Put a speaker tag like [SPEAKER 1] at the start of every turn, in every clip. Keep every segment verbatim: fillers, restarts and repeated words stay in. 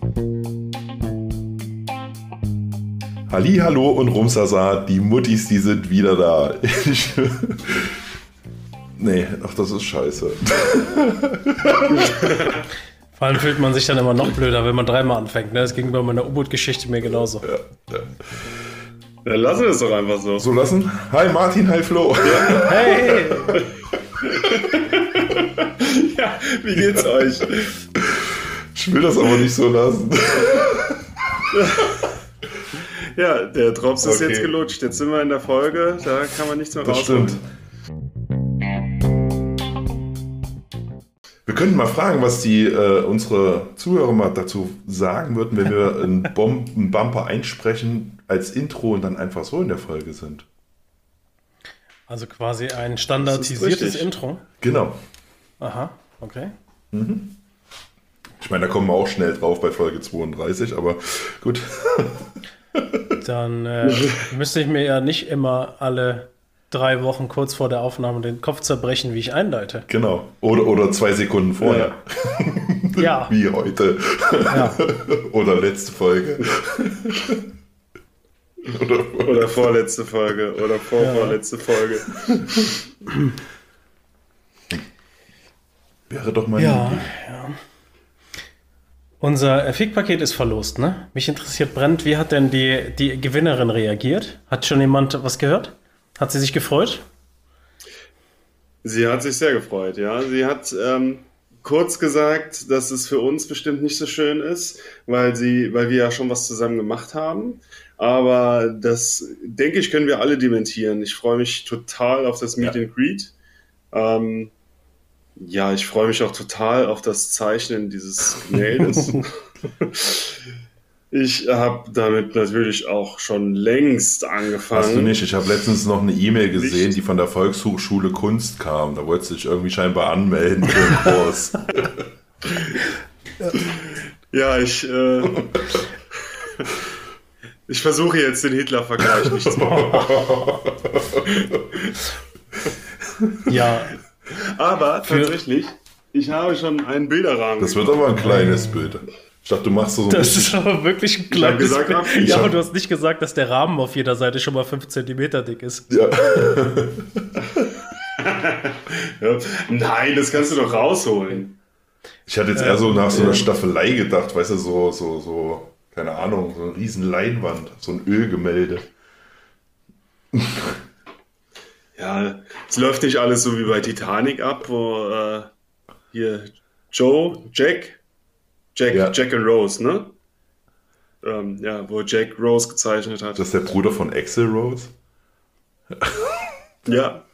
[SPEAKER 1] Halli, hallo und Rumsasa, die Muttis, die sind wieder da. Ich, nee, ach, das ist scheiße.
[SPEAKER 2] Vor allem fühlt man sich dann immer noch blöder, wenn man dreimal anfängt. Ne? Das ging bei meiner U-Boot-Geschichte mir genauso.
[SPEAKER 1] Ja, ja.
[SPEAKER 3] Dann lassen wir es doch einfach so.
[SPEAKER 1] So lassen? Hi Martin, hi Flo.
[SPEAKER 2] Ja. Hey!
[SPEAKER 3] Ja, wie geht's euch?
[SPEAKER 1] Ich will das aber nicht so lassen.
[SPEAKER 3] Ja, der Drops ist
[SPEAKER 1] Okay.
[SPEAKER 3] jetzt gelutscht. Jetzt sind wir in der Folge, da kann man nichts mehr
[SPEAKER 1] Das
[SPEAKER 3] rausholen.
[SPEAKER 1] stimmt. Wir könnten mal fragen, was die äh, unsere Zuhörer mal dazu sagen würden, wenn wir einen, Bom- einen Bumper einsprechen als Intro und dann einfach so in der Folge sind.
[SPEAKER 2] Also quasi ein
[SPEAKER 3] Das
[SPEAKER 2] standardisiertes
[SPEAKER 3] ist richtig.
[SPEAKER 2] Intro.
[SPEAKER 1] Genau.
[SPEAKER 2] Aha, okay.
[SPEAKER 1] Ich meine, da kommen wir auch schnell drauf bei Folge zweiunddreißig, aber gut.
[SPEAKER 2] Dann äh, müsste ich mir ja nicht immer alle drei Wochen kurz vor der Aufnahme den Kopf zerbrechen, wie ich einleite.
[SPEAKER 1] Genau. Oder, oder zwei Sekunden vorher.
[SPEAKER 2] Ja.
[SPEAKER 1] Wie heute.
[SPEAKER 2] Ja.
[SPEAKER 1] Oder letzte Folge. Oder,
[SPEAKER 3] Oder vorletzte Folge oder vorvorletzte Folge.
[SPEAKER 1] wäre doch mal eine
[SPEAKER 2] Ja,
[SPEAKER 1] Idee.
[SPEAKER 2] ja. Unser Fick-Paket ist verlost, ne? Mich interessiert brennend, wie hat denn die, die Gewinnerin reagiert? Hat schon jemand was gehört? Hat sie sich gefreut?
[SPEAKER 3] Sie hat sich sehr gefreut, ja. Sie hat ähm, kurz gesagt, dass es für uns bestimmt nicht so schön ist, weil sie, weil wir ja schon was zusammen gemacht haben. Aber das, denke ich, können wir alle dementieren. Ich freue mich total auf das Meet
[SPEAKER 1] Ja.
[SPEAKER 3] and Greet. Ähm, ja, ich freue mich auch total auf das Zeichnen dieses Gemäldes. Ich habe damit natürlich auch schon längst angefangen.
[SPEAKER 1] Hast du nicht? Ich habe letztens noch eine E-Mail gesehen,
[SPEAKER 3] Nicht?
[SPEAKER 1] die von der Volkshochschule Kunst kam. Da wolltest du dich irgendwie scheinbar anmelden für den Kurs.
[SPEAKER 3] Ja, ich, äh, ich versuche jetzt den Hitler-Vergleich nicht zu machen.
[SPEAKER 2] Ja,
[SPEAKER 3] Aber tatsächlich, ich habe schon einen Bilderrahmen.
[SPEAKER 1] Das wird aber ein kleines Bild. Ich dachte, du machst so ein
[SPEAKER 2] das ist aber wirklich ein
[SPEAKER 3] hab
[SPEAKER 2] kleines
[SPEAKER 3] gesagt,
[SPEAKER 2] Bild.
[SPEAKER 3] ab- ich
[SPEAKER 2] Ja,
[SPEAKER 1] hab-
[SPEAKER 2] aber du hast nicht gesagt, dass der Rahmen auf jeder Seite schon mal fünf Zentimeter dick ist.
[SPEAKER 1] Ja.
[SPEAKER 3] Ja. Nein, das kannst du doch rausholen.
[SPEAKER 1] Ich hatte jetzt eher so nach so einer Staffelei gedacht, weißt du, so, so, so, keine Ahnung, so eine riesen Leinwand, so ein Ölgemälde.
[SPEAKER 3] Ja, es läuft nicht alles so wie bei Titanic ab, wo äh, hier Joe, Jack, Jack,
[SPEAKER 1] Ja.
[SPEAKER 3] Jack and Rose, ne? Ähm, ja, wo Jack Rose gezeichnet hat.
[SPEAKER 1] Das ist der Bruder von Axl Rose.
[SPEAKER 3] Ja,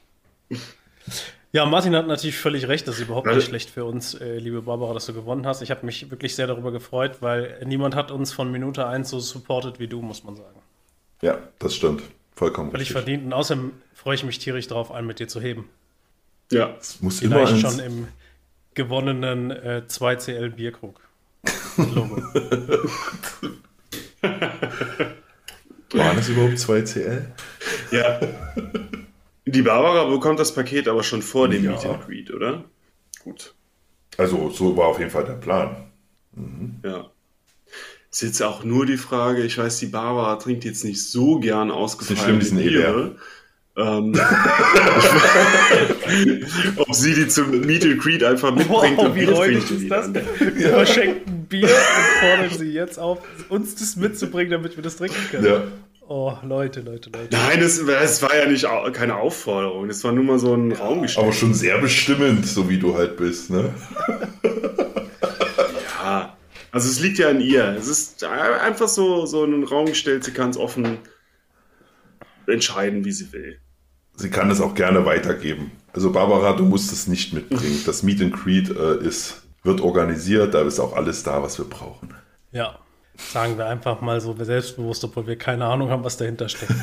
[SPEAKER 2] Ja, Martin hat natürlich völlig recht, das ist überhaupt
[SPEAKER 3] Weil-
[SPEAKER 2] nicht schlecht für uns, äh, liebe Barbara, dass du gewonnen hast. Ich habe mich wirklich sehr darüber gefreut, weil niemand hat uns von Minute eins so supportet wie du, muss man sagen.
[SPEAKER 1] Ja, das stimmt. Vollkommen
[SPEAKER 2] Völlig
[SPEAKER 1] richtig.
[SPEAKER 2] verdient und außerdem freue ich mich tierisch drauf, einen mit dir zu heben.
[SPEAKER 3] ja.
[SPEAKER 1] Es muss immer
[SPEAKER 2] Vielleicht
[SPEAKER 1] ins,
[SPEAKER 2] schon im gewonnenen äh, zwei C L Bierkrug. Logo.
[SPEAKER 1] Waren es überhaupt zwei C L?
[SPEAKER 3] Ja. Die Barbara bekommt das Paket aber schon vor dem
[SPEAKER 1] Ja.
[SPEAKER 3] Meet and Greet, oder? Gut.
[SPEAKER 1] Also, so war auf jeden Fall der Plan.
[SPEAKER 3] Ja. Ist jetzt auch nur die Frage, ich weiß, die Barbara trinkt jetzt nicht so gern ausgefallene
[SPEAKER 1] schlimm, die sind eh
[SPEAKER 3] Biere. Ähm, ob sie die zum Meet and Greet einfach mitbringt und wir trinken die dann.
[SPEAKER 2] Wir verschenken Bier und fordern sie jetzt auf, uns das mitzubringen, damit wir das trinken können.
[SPEAKER 1] Ja.
[SPEAKER 2] Oh, Leute, Leute, Leute.
[SPEAKER 3] Nein, das, das war ja nicht au- keine Aufforderung, das war nur mal so ein Raum gestellt.
[SPEAKER 1] Aber schon sehr bestimmend, so wie du halt bist, ne?
[SPEAKER 3] Ja, also es liegt ja an ihr. Es ist einfach so, so in den Raum gestellt, sie kann es offen entscheiden, wie sie will.
[SPEAKER 1] Sie kann es auch gerne weitergeben. Also Barbara, du musst es nicht mitbringen. Das Meet and Greet äh, ist, wird organisiert, da ist auch alles da, was wir brauchen.
[SPEAKER 2] Ja, sagen wir einfach mal so selbstbewusst, obwohl wir keine Ahnung haben, was dahinter steckt.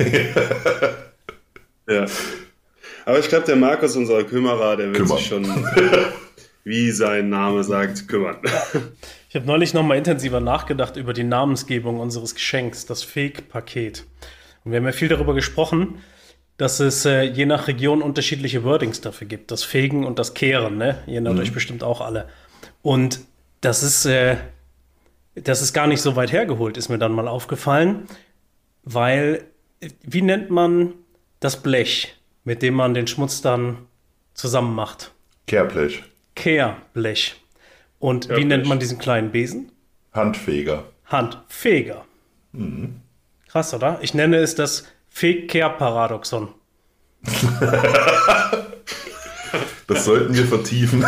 [SPEAKER 3] Ja. Aber ich glaube, der Markus, unser Kümmerer, der wird
[SPEAKER 1] Kümmern.
[SPEAKER 3] sich schon, wie sein Name sagt, kümmern.
[SPEAKER 2] Ich habe neulich noch mal intensiver nachgedacht über die Namensgebung unseres Geschenks, das Fake-Paket. Und wir haben ja viel darüber gesprochen, dass es äh, je nach Region unterschiedliche Wordings dafür gibt. Das Fegen und das Kehren, ne? Ihr erinnert euch bestimmt auch alle. Und das ist, äh, das ist gar nicht so weit hergeholt, ist mir dann mal aufgefallen, weil, wie nennt man das Blech, mit dem man den Schmutz dann zusammen macht?
[SPEAKER 1] Kehrblech.
[SPEAKER 2] Kehrblech. Und
[SPEAKER 3] Kehrblech.
[SPEAKER 2] Wie nennt man diesen kleinen Besen?
[SPEAKER 1] Handfeger.
[SPEAKER 2] Handfeger. Mhm. Krass, oder? Ich nenne es das Feg-Kehr-Paradoxon.
[SPEAKER 1] Das sollten wir vertiefen.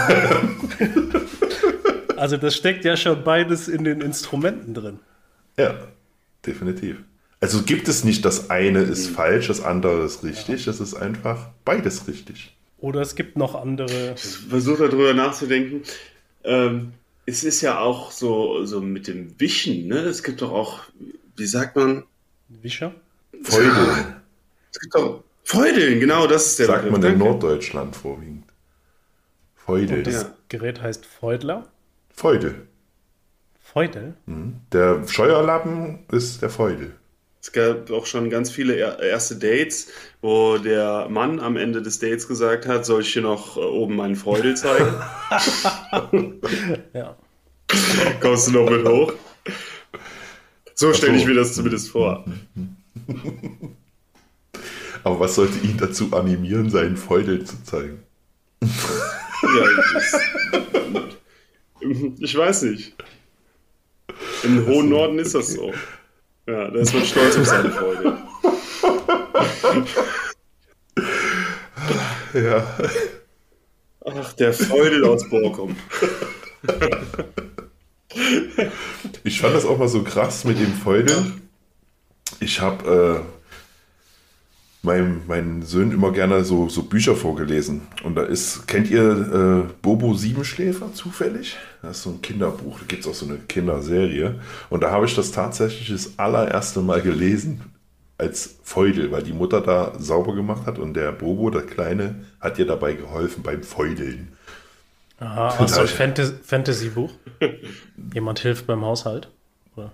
[SPEAKER 2] Also das steckt ja schon beides in den Instrumenten drin.
[SPEAKER 1] Ja, definitiv. Also gibt es nicht, das eine ist falsch, das andere ist richtig. Es ist einfach beides richtig.
[SPEAKER 2] Oder es gibt noch andere...
[SPEAKER 3] Ich versuche darüber nachzudenken. Ähm, es ist ja auch so, so mit dem Wischen, ne? Es gibt doch auch, wie sagt man?
[SPEAKER 2] Wischer?
[SPEAKER 1] Feudeln.
[SPEAKER 3] Es gibt doch Feudeln, genau, das ist der
[SPEAKER 1] Sagt
[SPEAKER 3] Begriff.
[SPEAKER 1] man in
[SPEAKER 3] Danke.
[SPEAKER 1] Norddeutschland vorwiegend. Feudel.
[SPEAKER 2] Und das
[SPEAKER 3] Ja.
[SPEAKER 2] Gerät heißt Feudler.
[SPEAKER 1] Feudel.
[SPEAKER 2] Feudel?
[SPEAKER 1] Mhm. Der Scheuerlappen ist der Feudel.
[SPEAKER 3] Es gab auch schon ganz viele er- erste Dates, wo der Mann am Ende des Dates gesagt hat, soll ich hier noch äh, oben meinen Feudel zeigen?
[SPEAKER 2] Ja.
[SPEAKER 3] Kommst du noch mit hoch? So stelle ich
[SPEAKER 1] so.
[SPEAKER 3] mir das zumindest vor.
[SPEAKER 1] Aber was sollte ihn dazu animieren, seinen Feudel zu zeigen?
[SPEAKER 3] Ja, das, ich weiß nicht. Im hohen Norden ist das so. Ja, da ist man stolz auf seine Feudel.
[SPEAKER 1] Ja.
[SPEAKER 3] Ach, der Feudel aus Borkum.
[SPEAKER 1] Ich fand das auch mal so krass mit dem Feudel. Ich habe äh, meinem, meinen Söhnen immer gerne so, so Bücher vorgelesen. Und da ist, kennt ihr äh, Bobo Siebenschläfer zufällig? Das ist so ein Kinderbuch, da gibt es auch so eine Kinderserie. Und da habe ich das tatsächlich das allererste Mal gelesen als Feudel, weil die Mutter da sauber gemacht hat und der Bobo, der Kleine, hat ihr dabei geholfen beim Feudeln.
[SPEAKER 2] Aha, aus so ein Fantas- Fantasy-Buch. Jemand hilft beim Haushalt. Oder?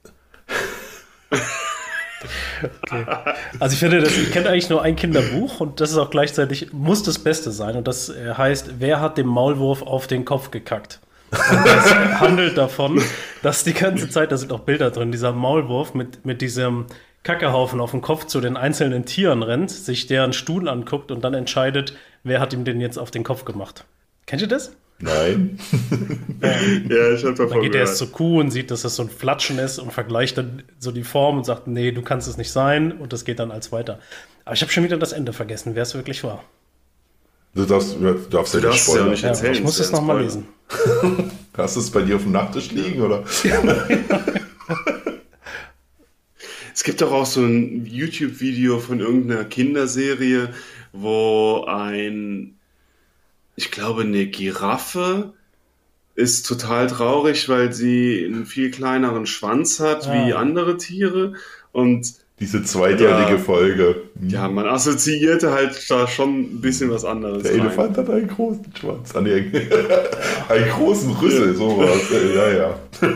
[SPEAKER 2] Okay. Also ich finde, das, ich kenne eigentlich nur ein Kinderbuch und das ist auch gleichzeitig, muss das Beste sein. Und das äh, heißt, wer hat dem Maulwurf auf den Kopf gekackt? Und das handelt davon, dass die ganze Zeit, da sind auch Bilder drin, dieser Maulwurf mit, mit diesem Kackehaufen auf dem Kopf zu den einzelnen Tieren rennt, sich deren Stuhl anguckt und dann entscheidet, wer hat ihm den jetzt auf den Kopf gemacht. Kennt ihr das?
[SPEAKER 1] Nein.
[SPEAKER 3] Ja, ich habe davon
[SPEAKER 2] Dann geht er
[SPEAKER 3] gehört.
[SPEAKER 2] erst zur Kuh und sieht, dass das so ein Flatschen ist und vergleicht dann so die Form und sagt, nee, du kannst es nicht sein und das geht dann als weiter. Aber ich habe schon wieder das Ende vergessen, wer es wirklich war.
[SPEAKER 1] Du darfst, du darfst
[SPEAKER 3] Du
[SPEAKER 1] ja nicht
[SPEAKER 3] darfst es ja
[SPEAKER 1] spoilern.
[SPEAKER 3] nicht
[SPEAKER 2] Ja,
[SPEAKER 3] erzählen.
[SPEAKER 2] ich muss
[SPEAKER 3] das
[SPEAKER 2] es
[SPEAKER 3] ist ja ein
[SPEAKER 2] nochmal
[SPEAKER 3] Spoiler.
[SPEAKER 2] lesen.
[SPEAKER 1] Hast du es bei dir auf dem Nachttisch liegen, oder?
[SPEAKER 3] Es gibt doch auch so ein YouTube-Video von irgendeiner Kinderserie, wo ein, ich glaube, eine Giraffe ist total traurig, weil sie einen viel kleineren Schwanz hat
[SPEAKER 2] Ah.
[SPEAKER 3] wie andere Tiere. Und
[SPEAKER 1] Diese zweiteilige
[SPEAKER 3] Ja.
[SPEAKER 1] Folge.
[SPEAKER 3] ja, man assoziierte halt da schon ein bisschen was anderes.
[SPEAKER 1] Der
[SPEAKER 3] rein.
[SPEAKER 1] Elefant hat einen großen Schwanz. Ah, nee, einen großen Rüssel, sowas. Ja, ja.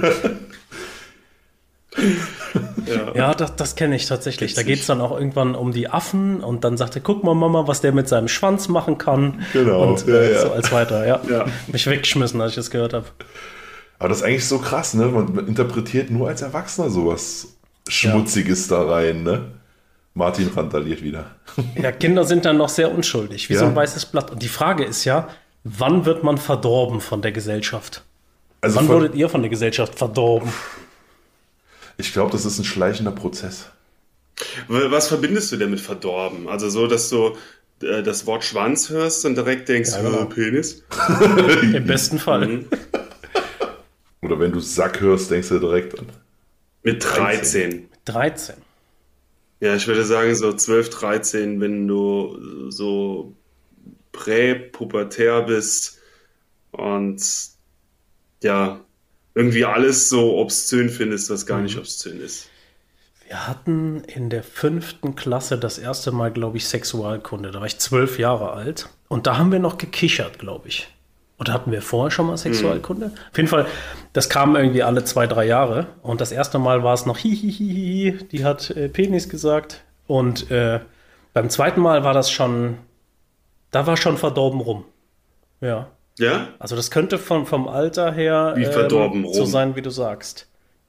[SPEAKER 3] Ja.
[SPEAKER 2] Ja, das, das kenne ich tatsächlich. Da geht es dann auch irgendwann um die Affen und dann sagt er, guck mal Mama, was der mit seinem Schwanz machen kann.
[SPEAKER 1] Genau,
[SPEAKER 2] Und
[SPEAKER 1] ja,
[SPEAKER 2] äh,
[SPEAKER 1] ja.
[SPEAKER 2] so als weiter, ja.
[SPEAKER 3] Ja.
[SPEAKER 2] Mich weggeschmissen, als ich das gehört habe.
[SPEAKER 1] Aber das ist eigentlich so krass, ne? Man interpretiert nur als Erwachsener sowas Schmutziges da rein, ne? Martin randaliert wieder.
[SPEAKER 2] Ja, Kinder sind dann noch sehr unschuldig, wie
[SPEAKER 1] Ja.
[SPEAKER 2] so ein weißes Blatt. Und die Frage ist ja, wann wird man verdorben von der Gesellschaft?
[SPEAKER 1] Also
[SPEAKER 2] Wann
[SPEAKER 1] von,
[SPEAKER 2] wurdet ihr von der Gesellschaft verdorben?
[SPEAKER 1] ich glaube, das ist ein schleichender Prozess.
[SPEAKER 3] Was verbindest du denn mit verdorben? Also so, dass du äh, das Wort Schwanz hörst und direkt denkst,
[SPEAKER 2] Ja, genau.
[SPEAKER 3] äh, Penis?
[SPEAKER 2] Im besten Fall.
[SPEAKER 3] Mhm.
[SPEAKER 1] Oder wenn du Sack hörst, denkst du direkt an.
[SPEAKER 3] Mit dreizehn.
[SPEAKER 2] dreizehn.
[SPEAKER 3] Ja, ich würde sagen so zwölf, dreizehn, wenn du so präpubertär bist und ja, irgendwie alles so obszön findest, was gar nicht obszön ist.
[SPEAKER 2] Wir hatten in der fünften Klasse das erste Mal, glaube ich, Sexualkunde. Da war ich zwölf Jahre alt. Und da haben wir noch gekichert, glaube ich. Oder hatten wir vorher schon mal Sexualkunde? Auf jeden Fall, das kam irgendwie alle zwei, drei Jahre. Und das erste Mal war es noch hihihihi, die hat äh, Penis gesagt. Und äh, beim zweiten Mal war das schon, da war schon verdorben rum. Ja.
[SPEAKER 3] Ja?
[SPEAKER 2] Also das könnte vom, vom Alter her
[SPEAKER 3] Wie verdorben rum?
[SPEAKER 2] so sein, wie du sagst.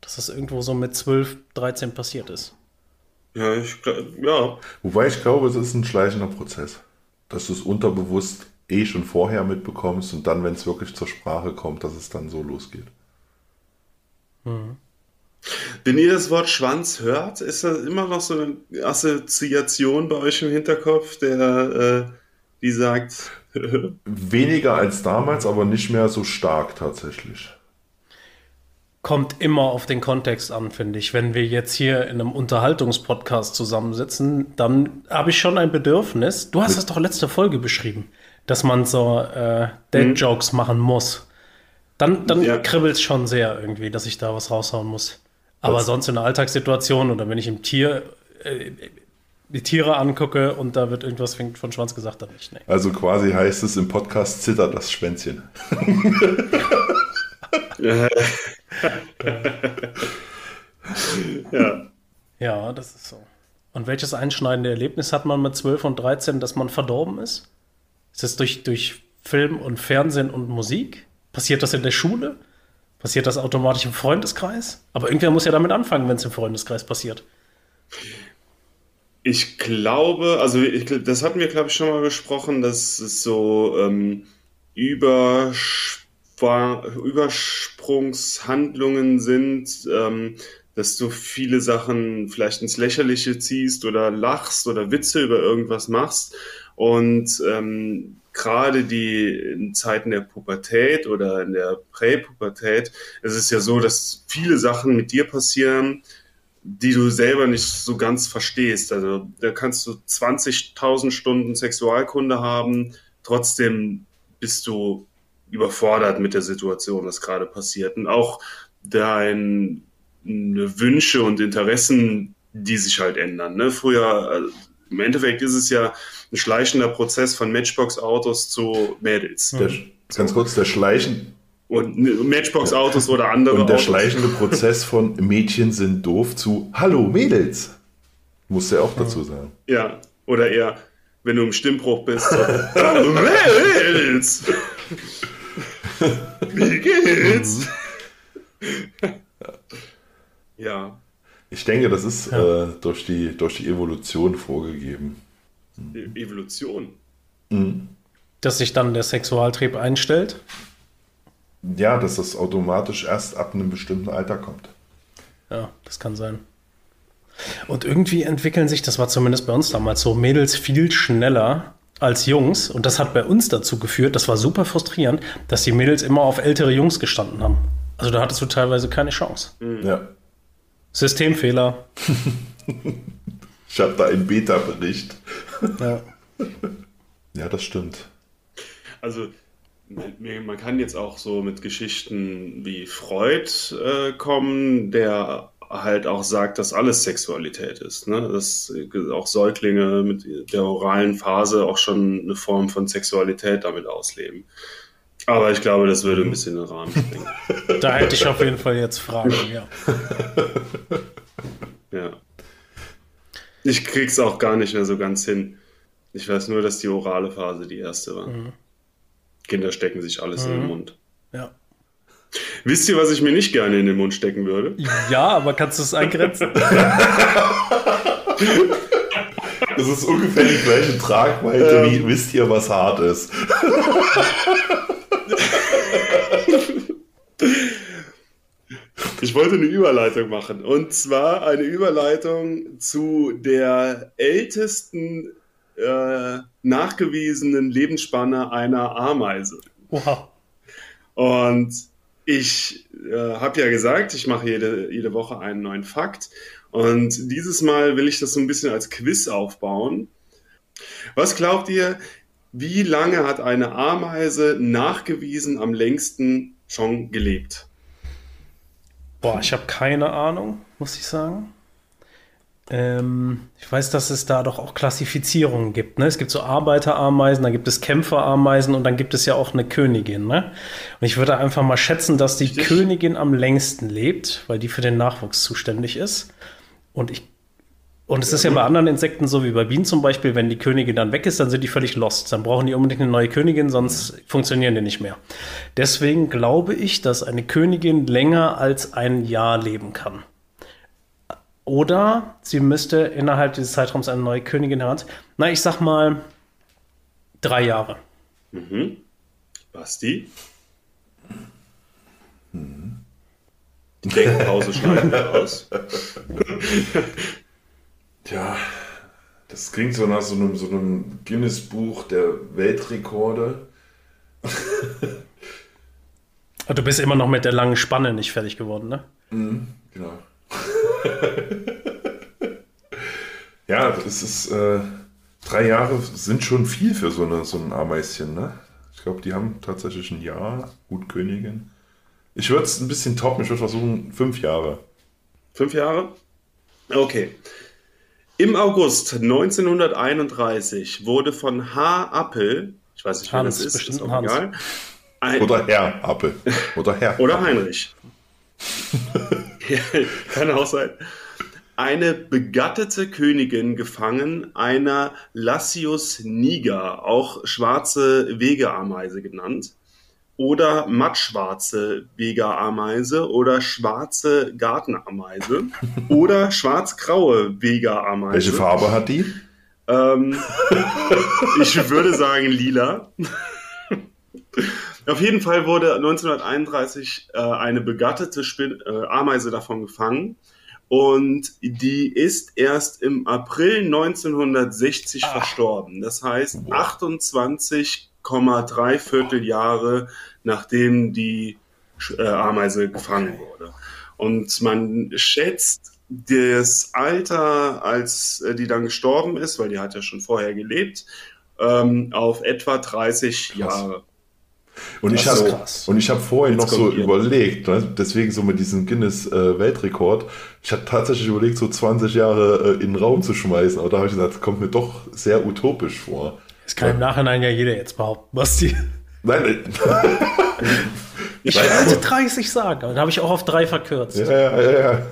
[SPEAKER 2] Dass das irgendwo so mit zwölf, dreizehn passiert ist.
[SPEAKER 3] Ja, ich glaube, ja.
[SPEAKER 1] Wobei ich glaube, es ist ein schleichender Prozess. Dass du es unterbewusst eh schon vorher mitbekommst und dann, wenn es wirklich zur Sprache kommt, dass es dann so losgeht.
[SPEAKER 2] Mhm.
[SPEAKER 3] Wenn ihr das Wort Schwanz hört, ist das immer noch so eine Assoziation bei euch im Hinterkopf, der, äh, die sagt...
[SPEAKER 1] Weniger als damals, aber nicht mehr so stark tatsächlich.
[SPEAKER 2] Kommt immer auf den Kontext an, finde ich. Wenn wir jetzt hier in einem Unterhaltungspodcast zusammensitzen, dann habe ich schon ein Bedürfnis. Du hast es doch letzte Folge beschrieben, dass man so äh, Dad-Jokes mhm. machen muss. Dann, dann ja. kribbelt es schon sehr irgendwie, dass ich da was raushauen muss. Aber was? Sonst in einer Alltagssituation oder wenn ich im Tier äh, die Tiere angucke und da wird irgendwas von Schwanz gesagt, dann nicht. Nee.
[SPEAKER 1] Also quasi heißt es im Podcast zittert das Schwänzchen.
[SPEAKER 3] ja. ja.
[SPEAKER 2] Ja, das ist so. Und welches einschneidende Erlebnis hat man mit zwölf und dreizehn, dass man verdorben ist? Ist das durch, durch Film und Fernsehen und Musik? Passiert das in der Schule? Passiert das automatisch im Freundeskreis? Aber irgendwer muss ja damit anfangen, wenn es im Freundeskreis passiert.
[SPEAKER 3] Ich glaube, also ich, das hatten wir, glaube ich, schon mal besprochen, dass es so ähm, Übersch Übersprungshandlungen sind, ähm, dass du viele Sachen vielleicht ins Lächerliche ziehst oder lachst oder Witze über irgendwas machst. Und ähm, gerade die in Zeiten der Pubertät oder in der Präpubertät, es ist ja so, dass viele Sachen mit dir passieren, die du selber nicht so ganz verstehst. Also da kannst du zwanzigtausend Stunden Sexualkunde haben, trotzdem bist du überfordert mit der Situation, was gerade passiert. Und auch deine Wünsche und Interessen, die sich halt ändern. Ne? Früher, also im Endeffekt ist es ja ein schleichender Prozess von Matchbox-Autos zu Mädels.
[SPEAKER 1] Der, ganz kurz, der Schleichen...
[SPEAKER 3] Und Matchbox-Autos oder andere
[SPEAKER 1] Und der
[SPEAKER 3] Autos.
[SPEAKER 1] schleichende Prozess von Mädchen sind doof zu Hallo Mädels. Muss ja auch dazu sagen.
[SPEAKER 3] Ja, oder eher, wenn du im Stimmbruch bist. So, Hallo Mädels! Wie geht's? Ja.
[SPEAKER 1] Ich denke, das ist ja. äh, durch, die, durch die Evolution vorgegeben.
[SPEAKER 3] E- Evolution?
[SPEAKER 1] Mhm.
[SPEAKER 2] Dass sich dann der Sexualtrieb einstellt?
[SPEAKER 1] Ja, dass das automatisch erst ab einem bestimmten Alter kommt.
[SPEAKER 2] Ja, das kann sein. Und irgendwie entwickeln sich, das war zumindest bei uns damals so, Mädels viel schneller als Jungs. Und das hat bei uns dazu geführt, das war super frustrierend, dass die Mädels immer auf ältere Jungs gestanden haben. Also da hattest du teilweise keine Chance.
[SPEAKER 1] Ja.
[SPEAKER 2] Systemfehler.
[SPEAKER 1] Ich habe da einen Beta-Bericht.
[SPEAKER 2] Ja.
[SPEAKER 1] Ja, das stimmt.
[SPEAKER 3] Also man kann jetzt auch so mit Geschichten wie Freud äh, kommen, der halt auch sagt, dass alles Sexualität ist. Ne? Dass auch Säuglinge mit der oralen Phase auch schon eine Form von Sexualität damit ausleben. Aber ich glaube, das würde ein bisschen den Rahmen sprengen.
[SPEAKER 2] Da hätte ich auf jeden Fall jetzt Fragen, ja.
[SPEAKER 3] Ja. Ich krieg's auch gar nicht mehr so ganz hin. Ich weiß nur, dass die orale Phase die erste war. Mhm. Kinder stecken sich alles mhm. in den Mund.
[SPEAKER 2] Ja.
[SPEAKER 3] Wisst ihr, was ich mir nicht gerne in den Mund stecken würde?
[SPEAKER 2] Ja, aber kannst du es eingrenzen?
[SPEAKER 1] Das ist ungefähr die gleiche Tragweite ähm. wie, wisst ihr, was hart ist?
[SPEAKER 3] Ich wollte eine Überleitung machen. Und zwar eine Überleitung zu der ältesten äh, nachgewiesenen Lebensspanne einer Ameise.
[SPEAKER 2] Wow.
[SPEAKER 3] Und ich äh, habe ja gesagt, ich mache jede, jede Woche einen neuen Fakt. Und dieses Mal will ich das so ein bisschen als Quiz aufbauen. Was glaubt ihr, wie lange hat eine Ameise nachgewiesen am längsten schon gelebt?
[SPEAKER 2] Boah, ich habe keine Ahnung, muss ich sagen. Ähm, ich weiß, dass es da doch auch Klassifizierungen gibt. Ne? Es gibt so Arbeiterameisen, dann gibt es Kämpferameisen und dann gibt es ja auch eine Königin. Ne? Und ich würde einfach mal schätzen, dass die Richtig. Königin am längsten lebt, weil die für den Nachwuchs zuständig ist. Und ich Und es ist ja bei anderen Insekten so, wie bei Bienen zum Beispiel, wenn die Königin dann weg ist, dann sind die völlig lost. Dann brauchen die unbedingt eine neue Königin, sonst funktionieren die nicht mehr. Deswegen glaube ich, dass eine Königin länger als ein Jahr leben kann. Oder sie müsste innerhalb dieses Zeitraums eine neue Königin haben. Na, ich sag mal drei Jahre.
[SPEAKER 3] Mhm. Basti?
[SPEAKER 1] Mhm.
[SPEAKER 3] Die Denkpause schneiden wir aus.
[SPEAKER 1] Tja, das klingt so nach so einem, so einem Guinness-Buch der Weltrekorde.
[SPEAKER 2] Du bist immer noch mit der langen Spanne nicht fertig geworden, ne?
[SPEAKER 1] Mhm, genau. Ja, es ist, äh, drei Jahre sind schon viel für so, eine, so ein Ameischen, ne? Ich glaube, die haben tatsächlich ein Jahr, gut Königin. Ich würde es ein bisschen toppen, ich würde versuchen, fünf Jahre.
[SPEAKER 3] Fünf Jahre? Okay. Im August neunzehnhunderteinunddreißig wurde von H. Appel, ich weiß nicht, wer
[SPEAKER 2] Hans,
[SPEAKER 3] das ist,
[SPEAKER 2] bestimmt
[SPEAKER 3] ist auch
[SPEAKER 2] Hans.
[SPEAKER 3] egal. Ein,
[SPEAKER 1] Oder Herr Appel. Oder Herr.
[SPEAKER 3] Oder Heinrich. Kann auch sein. Eine begattete Königin gefangen einer Lasius niger, auch schwarze Wegeameise genannt, oder mattschwarze Wegeameise oder schwarze Gartenameise oder schwarz-graue Wegeameise.
[SPEAKER 1] Welche Farbe hat die?
[SPEAKER 3] Ähm, ich würde sagen lila. Auf jeden Fall wurde neunzehnhunderteinunddreißig äh, eine begattete Spin äh, Ameise davon gefangen und die ist erst im April neunzehnhundertsechzig ah. verstorben. Das heißt achtundzwanzig Komma drei Vierteljahre nachdem die äh, Ameise gefangen wurde. Und man schätzt das Alter, als äh, die dann gestorben ist, weil die hat ja schon vorher gelebt, ähm, auf etwa dreißig Krass. Jahre.
[SPEAKER 1] Und ich, hab, und ich habe vorhin noch so überlegt, ne? Deswegen so mit diesem Guinness-Weltrekord, äh, ich hatte tatsächlich überlegt, so zwanzig Jahre äh, in den Raum zu schmeißen, aber da habe ich gesagt, das kommt mir doch sehr utopisch vor.
[SPEAKER 2] Das kann ja. im Nachhinein ja jeder jetzt behaupten, Basti.
[SPEAKER 1] Nein, nein.
[SPEAKER 2] Ich wollte dreißig sagen, dann habe ich auch auf drei verkürzt.
[SPEAKER 1] Ja, ja, ja, ja.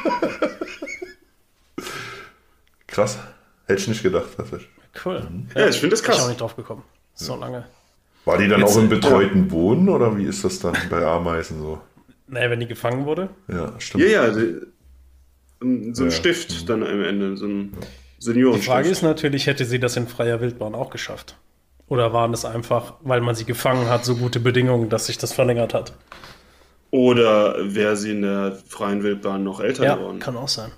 [SPEAKER 1] Krass, hätte ich nicht gedacht. Tatsächlich.
[SPEAKER 2] Cool.
[SPEAKER 3] Mhm. Ja, ich finde das krass.
[SPEAKER 2] Ich bin auch nicht drauf gekommen. So
[SPEAKER 1] ja.
[SPEAKER 2] lange.
[SPEAKER 1] War die dann Jetzt, auch im betreuten ja. Wohnen oder wie ist das dann bei Ameisen so?
[SPEAKER 2] Naja, wenn die gefangen wurde.
[SPEAKER 1] Ja, stimmt.
[SPEAKER 3] Ja, ja, die, so ein ja. Stift dann am Ende, so ein Seniorenstift.
[SPEAKER 2] Die Frage ist natürlich, hätte sie das in freier Wildbahn auch geschafft? Oder waren es einfach, weil man sie gefangen hat, so gute Bedingungen, dass sich das verlängert hat?
[SPEAKER 3] Oder wäre sie in der freien Wildbahn noch älter
[SPEAKER 2] ja,
[SPEAKER 3] geworden?
[SPEAKER 2] Kann auch sein.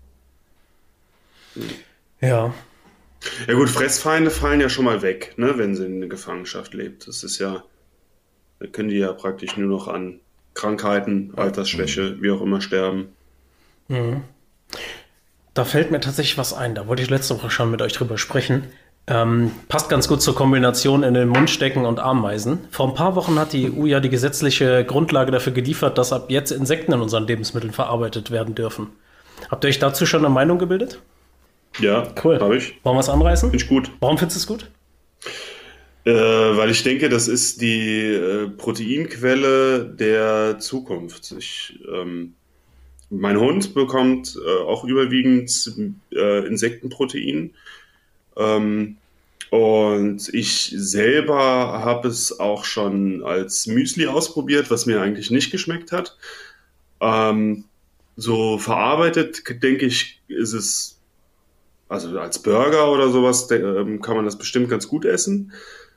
[SPEAKER 2] Hm. Ja.
[SPEAKER 3] Ja gut, Fressfeinde fallen ja schon mal weg, ne, wenn sie in der Gefangenschaft lebt. Das ist ja, da können die ja praktisch nur noch an Krankheiten, Altersschwäche, mhm. wie auch immer sterben.
[SPEAKER 2] Mhm. Da fällt mir tatsächlich was ein, da wollte ich letzte Woche schon mit euch drüber sprechen. Ähm, passt ganz gut zur Kombination in den Mund stecken und Ameisen. Vor ein paar Wochen hat die E U ja die gesetzliche Grundlage dafür geliefert, dass ab jetzt Insekten in unseren Lebensmitteln verarbeitet werden dürfen. Habt ihr euch dazu schon eine Meinung gebildet?
[SPEAKER 3] Ja,
[SPEAKER 2] cool.
[SPEAKER 3] Habe ich.
[SPEAKER 2] Wollen wir es anreißen?
[SPEAKER 3] Finde ich gut.
[SPEAKER 2] Warum findest du es gut?
[SPEAKER 3] Äh, weil ich denke, das ist die äh, Proteinquelle der Zukunft. Ich, ähm, mein Hund bekommt äh, auch überwiegend äh, Insektenprotein. Ähm, und ich selber habe es auch schon als Müsli ausprobiert, was mir eigentlich nicht geschmeckt hat. Ähm, so verarbeitet, denke ich, ist es. Also als Burger oder sowas kann man das bestimmt ganz gut essen.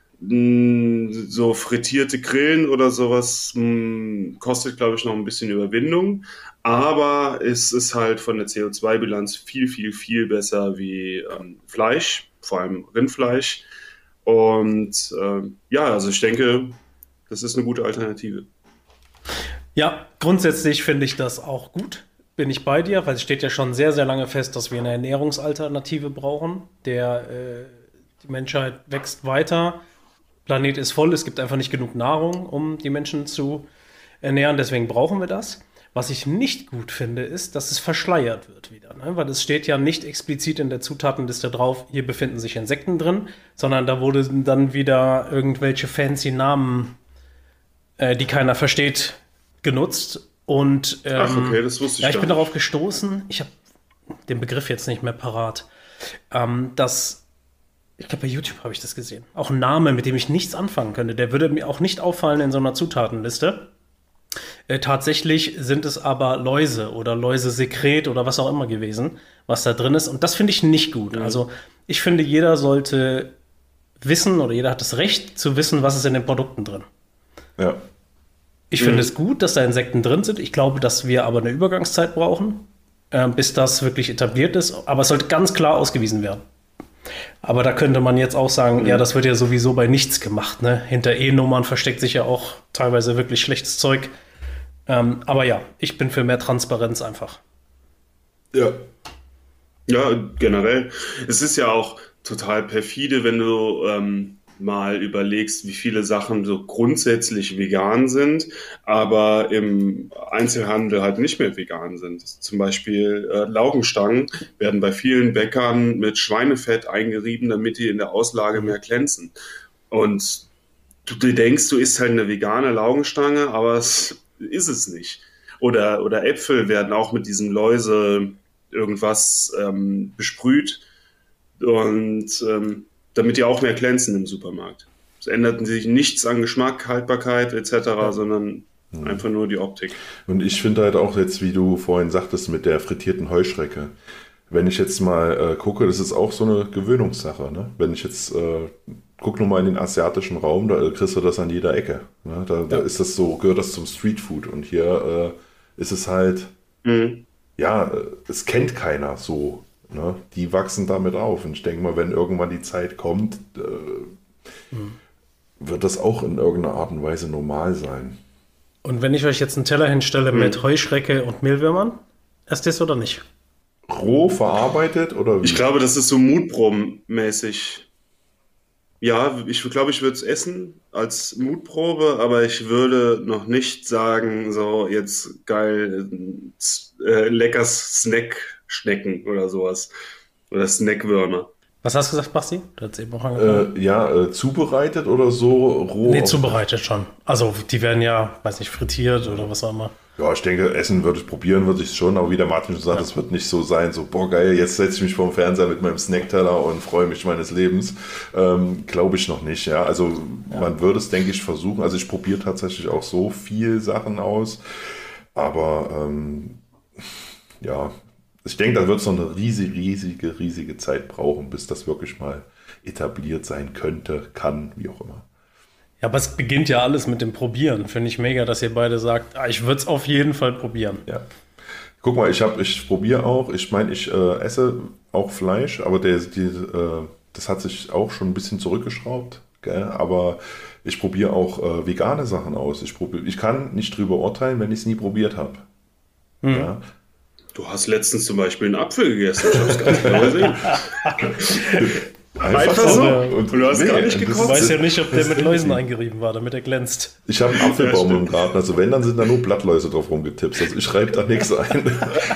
[SPEAKER 3] So frittierte Grillen oder sowas kostet, glaube ich, noch ein bisschen Überwindung. Aber es ist halt von der C O zwei Bilanz viel, viel, viel besser wie ähm, Fleisch, vor allem Rindfleisch. Und ähm, ja, also ich denke, das ist eine gute Alternative.
[SPEAKER 2] Ja, grundsätzlich finde ich das auch gut. Bin ich bei dir, weil es steht ja schon sehr, sehr lange fest, dass wir eine Ernährungsalternative brauchen. Der, äh, die Menschheit wächst weiter, Planet ist voll, es gibt einfach nicht genug Nahrung, um die Menschen zu ernähren, deswegen brauchen wir das. Was ich nicht gut finde, ist, dass es verschleiert wird wieder, ne? Weil es steht ja nicht explizit in der Zutatenliste drauf, hier befinden sich Insekten drin, sondern da wurden dann wieder irgendwelche fancy Namen, äh, die keiner versteht, genutzt. Und, ähm,
[SPEAKER 3] Ach, okay, das wusste ich
[SPEAKER 2] ja, ich bin
[SPEAKER 3] nicht.
[SPEAKER 2] darauf gestoßen. Ich habe den Begriff jetzt nicht mehr parat, ähm, dass, ich glaube, bei YouTube habe ich das gesehen, auch ein Name, mit dem ich nichts anfangen könnte, der würde mir auch nicht auffallen in so einer Zutatenliste. Äh, tatsächlich sind es aber Läuse oder Läusesekret oder was auch immer gewesen, was da drin ist. Und das finde ich nicht gut. Mhm. Also ich finde, jeder sollte wissen oder jeder hat das Recht zu wissen, was ist in den Produkten drin.
[SPEAKER 1] Ja.
[SPEAKER 2] Ich mhm. finde es gut, dass da Insekten drin sind. Ich glaube, dass wir aber eine Übergangszeit brauchen, äh, bis das wirklich etabliert ist. Aber es sollte ganz klar ausgewiesen werden. Aber da könnte man jetzt auch sagen, mhm. ja, das wird ja sowieso bei nichts gemacht. Ne? Hinter E-Nummern versteckt sich ja auch teilweise wirklich schlechtes Zeug. Ähm, aber ja, ich bin für mehr Transparenz einfach.
[SPEAKER 3] Ja. Ja, generell. Es ist ja auch total perfide, wenn du ähm, mal überlegst, wie viele Sachen so grundsätzlich vegan sind, aber im Einzelhandel halt nicht mehr vegan sind. Zum Beispiel äh, Laugenstangen werden bei vielen Bäckern mit Schweinefett eingerieben, damit die in der Auslage mehr glänzen. Und du, du denkst, du isst halt eine vegane Laugenstange, aber es ist es nicht. Oder, oder Äpfel werden auch mit diesem Läuse irgendwas ähm, besprüht und ähm, damit die auch mehr glänzen im Supermarkt. Es ändert sich nichts an Geschmack, Haltbarkeit et cetera, ja. sondern mhm. einfach nur die Optik.
[SPEAKER 1] Und ich finde halt auch jetzt, wie du vorhin sagtest, mit der frittierten Heuschrecke, wenn ich jetzt mal äh, gucke, das ist auch so eine Gewöhnungssache. Ne? Wenn ich jetzt äh, guck nur mal in den asiatischen Raum, da kriegst du das an jeder Ecke. Ne? Da, ja. da ist das so, gehört das zum Streetfood. Und hier äh, ist es halt, mhm. ja, es kennt keiner so. Ne? Die wachsen damit auf. Und ich denke mal, wenn irgendwann die Zeit kommt, äh, mhm. wird das auch in irgendeiner Art und Weise normal sein.
[SPEAKER 2] Und wenn ich euch jetzt einen Teller hinstelle mhm. mit Heuschrecke und Mehlwürmern, esst ihr es oder nicht?
[SPEAKER 1] Roh verarbeitet oder wie?
[SPEAKER 3] Ich glaube, das ist so Mutproben-mäßig. Ja, ich glaube, ich würde es essen als Mutprobe, aber ich würde noch nicht sagen, so jetzt geil, äh, leckers Snack-Schnecken oder sowas. Oder Snackwürmer.
[SPEAKER 2] Was hast du gesagt, Basti? Du hast eben auch
[SPEAKER 1] angefangen. Äh, ja, äh, zubereitet oder so roh?
[SPEAKER 2] Nee, zubereitet schon. Also die werden ja, weiß nicht, frittiert oder was auch immer.
[SPEAKER 1] Ja, ich denke, essen würde ich probieren, würde ich schon, aber wie der Martin schon sagt, es ja. wird nicht so sein, so, boah geil, jetzt setze ich mich vorm Fernseher mit meinem Snackteller und freue mich meines Lebens. Ähm, glaube ich noch nicht, ja. Also ja. man würde es, denke ich, versuchen. Also ich probiere tatsächlich auch so viel Sachen aus, aber ähm, ja, ich denke, da wird es noch eine riesige, riesige, riesige Zeit brauchen, bis das wirklich mal etabliert sein könnte, kann, wie auch immer.
[SPEAKER 2] Ja, aber es beginnt ja alles mit dem Probieren. Finde ich mega, dass ihr beide sagt, ah, ich würde es auf jeden Fall probieren.
[SPEAKER 1] Ja. Guck mal, ich, hab, ich probiere auch, ich meine, ich äh, esse auch Fleisch, aber der, die, äh, das hat sich auch schon ein bisschen zurückgeschraubt. Gell? Aber ich probiere auch äh, vegane Sachen aus. Ich, probier, ich kann nicht drüber urteilen, wenn ich es nie probiert habe.
[SPEAKER 2] Hm.
[SPEAKER 1] Ja?
[SPEAKER 3] Du hast letztens zum Beispiel einen Apfel gegessen. Ich habe es ganz genau gesehen.
[SPEAKER 1] Einfach, Einfach so.
[SPEAKER 3] Und du hast nee, gar nicht gekostet.
[SPEAKER 2] Du weißt ja nicht, ob der mit Läusen eingerieben war, damit er glänzt.
[SPEAKER 1] Ich habe einen Apfelbaum ja, im Garten. Also wenn, dann sind da nur Blattläuse drauf rumgetippt. Also ich schreibe da nichts ein.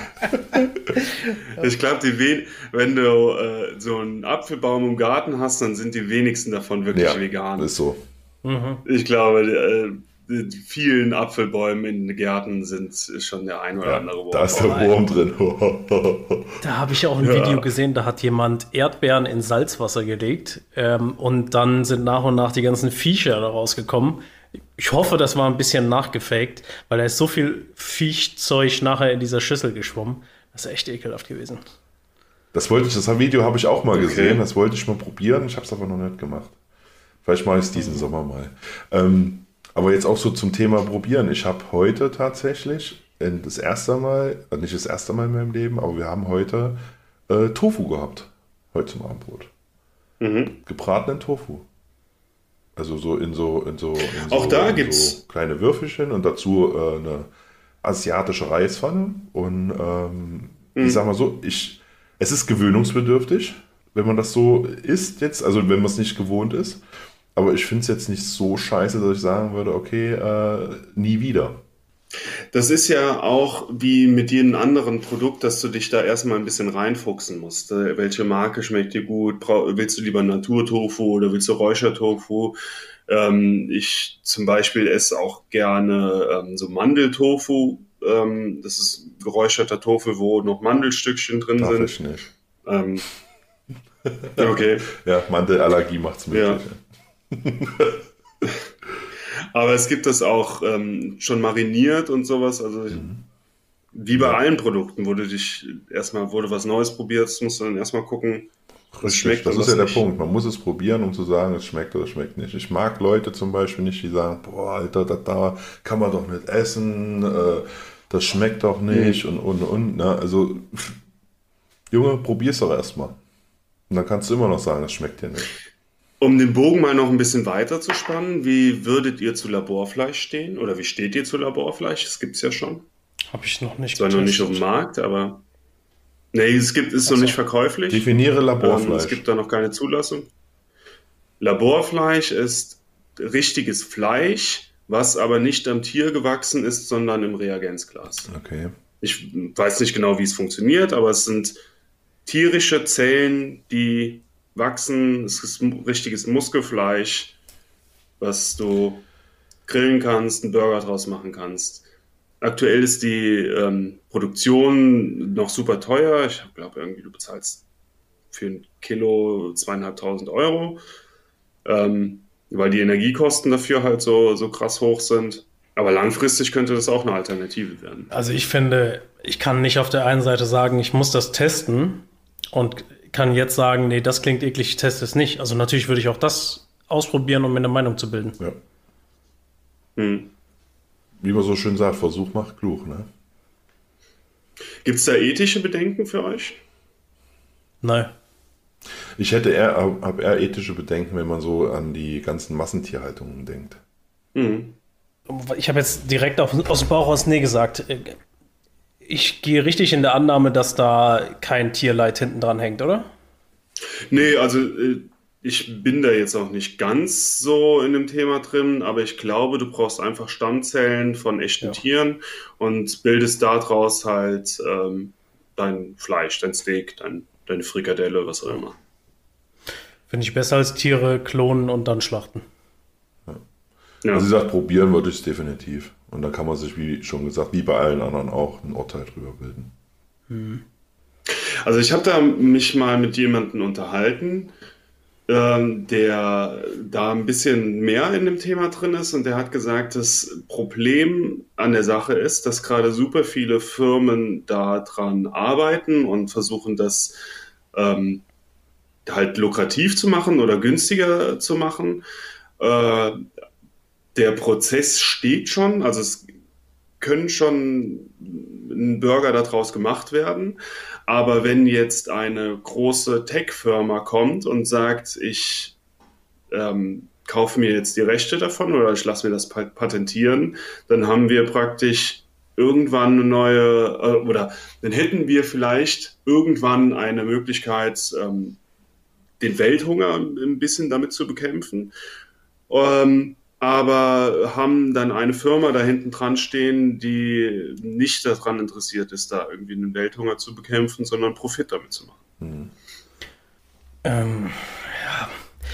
[SPEAKER 3] Ich glaube, wenn du äh, so einen Apfelbaum im Garten hast, dann sind die wenigsten davon wirklich
[SPEAKER 1] ja,
[SPEAKER 3] vegan.
[SPEAKER 1] Ist so.
[SPEAKER 2] Mhm.
[SPEAKER 3] Ich glaube, äh, die vielen Apfelbäume in den Gärten sind schon der ein oder
[SPEAKER 1] ja,
[SPEAKER 3] andere Wurm.
[SPEAKER 1] Da ist der Wurm drin.
[SPEAKER 2] Da habe ich auch ein ja. Video gesehen, da hat jemand Erdbeeren in Salzwasser gelegt ähm, und dann sind nach und nach die ganzen Viecher da rausgekommen. Ich hoffe, das war ein bisschen nachgefaked, weil da ist so viel Viechzeug nachher in dieser Schüssel geschwommen. Das ist echt ekelhaft gewesen.
[SPEAKER 1] Das wollte ich, das Video habe ich auch mal okay. gesehen, das wollte ich mal probieren, ich habe es aber noch nicht gemacht. Vielleicht mache ich es diesen mhm. Sommer mal. Ähm, Aber jetzt auch so zum Thema Probieren. Ich habe heute tatsächlich das erste Mal, nicht das erste Mal in meinem Leben, aber wir haben heute äh, Tofu gehabt. Heute zum Abendbrot.
[SPEAKER 3] Mhm.
[SPEAKER 1] Gebratenen Tofu. Also so in so, in so, in
[SPEAKER 3] auch
[SPEAKER 1] so,
[SPEAKER 3] da
[SPEAKER 1] in
[SPEAKER 3] gibt's
[SPEAKER 1] so kleine Würfelchen und dazu äh, eine asiatische Reispfanne. Und ähm, mhm. ich sag mal so, ich, es ist gewöhnungsbedürftig, wenn man das so isst jetzt, also wenn man es nicht gewohnt ist. Aber ich finde es jetzt nicht so scheiße, dass ich sagen würde, okay, äh, nie wieder.
[SPEAKER 3] Das ist ja auch wie mit jedem anderen Produkt, dass du dich da erstmal ein bisschen reinfuchsen musst. Welche Marke schmeckt dir gut? Willst du lieber Naturtofu oder willst du Räuchertofu? Ähm, ich zum Beispiel esse auch gerne ähm, so Mandeltofu. Ähm, das ist geräucherter Tofu, wo noch Mandelstückchen drin
[SPEAKER 1] Darf
[SPEAKER 3] sind.
[SPEAKER 1] ich nicht.
[SPEAKER 3] Ähm, okay.
[SPEAKER 1] Ja, Mandelallergie macht's möglich.
[SPEAKER 3] Ja. Aber es gibt das auch ähm, schon mariniert und sowas. Also
[SPEAKER 1] Mhm.
[SPEAKER 3] wie bei
[SPEAKER 1] Ja.
[SPEAKER 3] allen Produkten, wo du dich erstmal, wo du was Neues probierst, musst du dann erstmal gucken, was
[SPEAKER 1] Richtig,
[SPEAKER 3] schmeckt
[SPEAKER 1] das
[SPEAKER 3] und
[SPEAKER 1] ist
[SPEAKER 3] was
[SPEAKER 1] ja der
[SPEAKER 3] nicht.
[SPEAKER 1] Punkt. Man muss es probieren, um zu sagen, es schmeckt oder es schmeckt nicht. Ich mag Leute zum Beispiel nicht, die sagen, boah, Alter, das da kann man doch nicht essen, äh, das schmeckt doch nicht und und und. Ne? Also, pff, Junge, probier's doch erstmal. Und dann kannst du immer noch sagen, das schmeckt dir nicht.
[SPEAKER 3] Um den Bogen mal noch ein bisschen weiter zu spannen, wie würdet ihr zu Laborfleisch stehen? Oder wie steht ihr zu Laborfleisch? Das gibt es ja schon.
[SPEAKER 2] Habe ich noch nicht
[SPEAKER 3] Zwar noch nicht auf dem
[SPEAKER 2] getestet.
[SPEAKER 3] Markt, aber nee, es gibt, ist
[SPEAKER 2] Ach
[SPEAKER 3] noch
[SPEAKER 2] so.
[SPEAKER 3] nicht verkäuflich.
[SPEAKER 1] Definiere
[SPEAKER 3] Ähm, es
[SPEAKER 1] Laborfleisch.
[SPEAKER 3] gibt da noch keine Zulassung. Laborfleisch ist richtiges Fleisch, was aber nicht am Tier gewachsen ist, sondern im Reagenzglas.
[SPEAKER 1] Okay.
[SPEAKER 3] Ich weiß nicht genau, wie es funktioniert, aber es sind tierische Zellen, die wachsen. Es ist mu- richtiges Muskelfleisch, was du grillen kannst, einen Burger draus machen kannst. Aktuell ist die ähm, Produktion noch super teuer. Ich glaube, irgendwie du bezahlst für ein Kilo zweieinhalbtausend Euro, ähm, weil die Energiekosten dafür halt so, so krass hoch sind. Aber langfristig könnte das auch eine Alternative werden.
[SPEAKER 2] Also ich finde, ich kann nicht auf der einen Seite sagen, ich muss das testen und kann jetzt sagen, nee, das klingt eklig, ich teste es nicht. Also natürlich würde ich auch das ausprobieren, um mir eine Meinung zu bilden.
[SPEAKER 1] Ja.
[SPEAKER 3] Hm.
[SPEAKER 1] Wie man so schön sagt, Versuch macht klug, ne?
[SPEAKER 3] Gibt es da ethische Bedenken für euch?
[SPEAKER 2] Nein.
[SPEAKER 1] Ich hätte eher, hab eher ethische Bedenken, wenn man so an die ganzen Massentierhaltungen denkt.
[SPEAKER 3] Hm.
[SPEAKER 2] Ich habe jetzt direkt auf, aus dem Bauch raus nee gesagt. Ich gehe richtig in der Annahme, dass da kein Tierleid hinten dran hängt, oder?
[SPEAKER 3] Nee, also äh, ich bin da jetzt auch nicht ganz so in dem Thema drin, aber ich glaube, du brauchst einfach Stammzellen von echten
[SPEAKER 2] Ja.
[SPEAKER 3] Tieren und bildest daraus halt ähm, dein Fleisch, dein Steak, dein, deine Frikadelle, was auch immer.
[SPEAKER 2] Finde ich besser als Tiere klonen und dann schlachten.
[SPEAKER 3] Ja.
[SPEAKER 1] Also sie sagt, probieren würde ich es definitiv. Und dann kann man sich, wie schon gesagt, wie bei allen anderen auch, ein Urteil drüber bilden.
[SPEAKER 3] Also ich habe da mich mal mit jemandem unterhalten, ähm, der da ein bisschen mehr in dem Thema drin ist und der hat gesagt, das Problem an der Sache ist, dass gerade super viele Firmen daran arbeiten und versuchen, das ähm, halt lukrativ zu machen oder günstiger zu machen. Äh, der Prozess steht schon, also es können schon ein Burger daraus gemacht werden. Aber wenn jetzt eine große Tech-Firma kommt und sagt, ich ähm, kaufe mir jetzt die Rechte davon oder ich lasse mir das patentieren, dann haben wir praktisch irgendwann eine neue, äh, oder dann hätten wir vielleicht irgendwann eine Möglichkeit, ähm, den Welthunger ein bisschen damit zu bekämpfen. Ähm, aber haben dann eine Firma da hinten dran stehen, die nicht daran interessiert ist, da irgendwie einen Welthunger zu bekämpfen, sondern Profit damit zu machen.
[SPEAKER 1] Mhm.
[SPEAKER 2] Ähm, ja.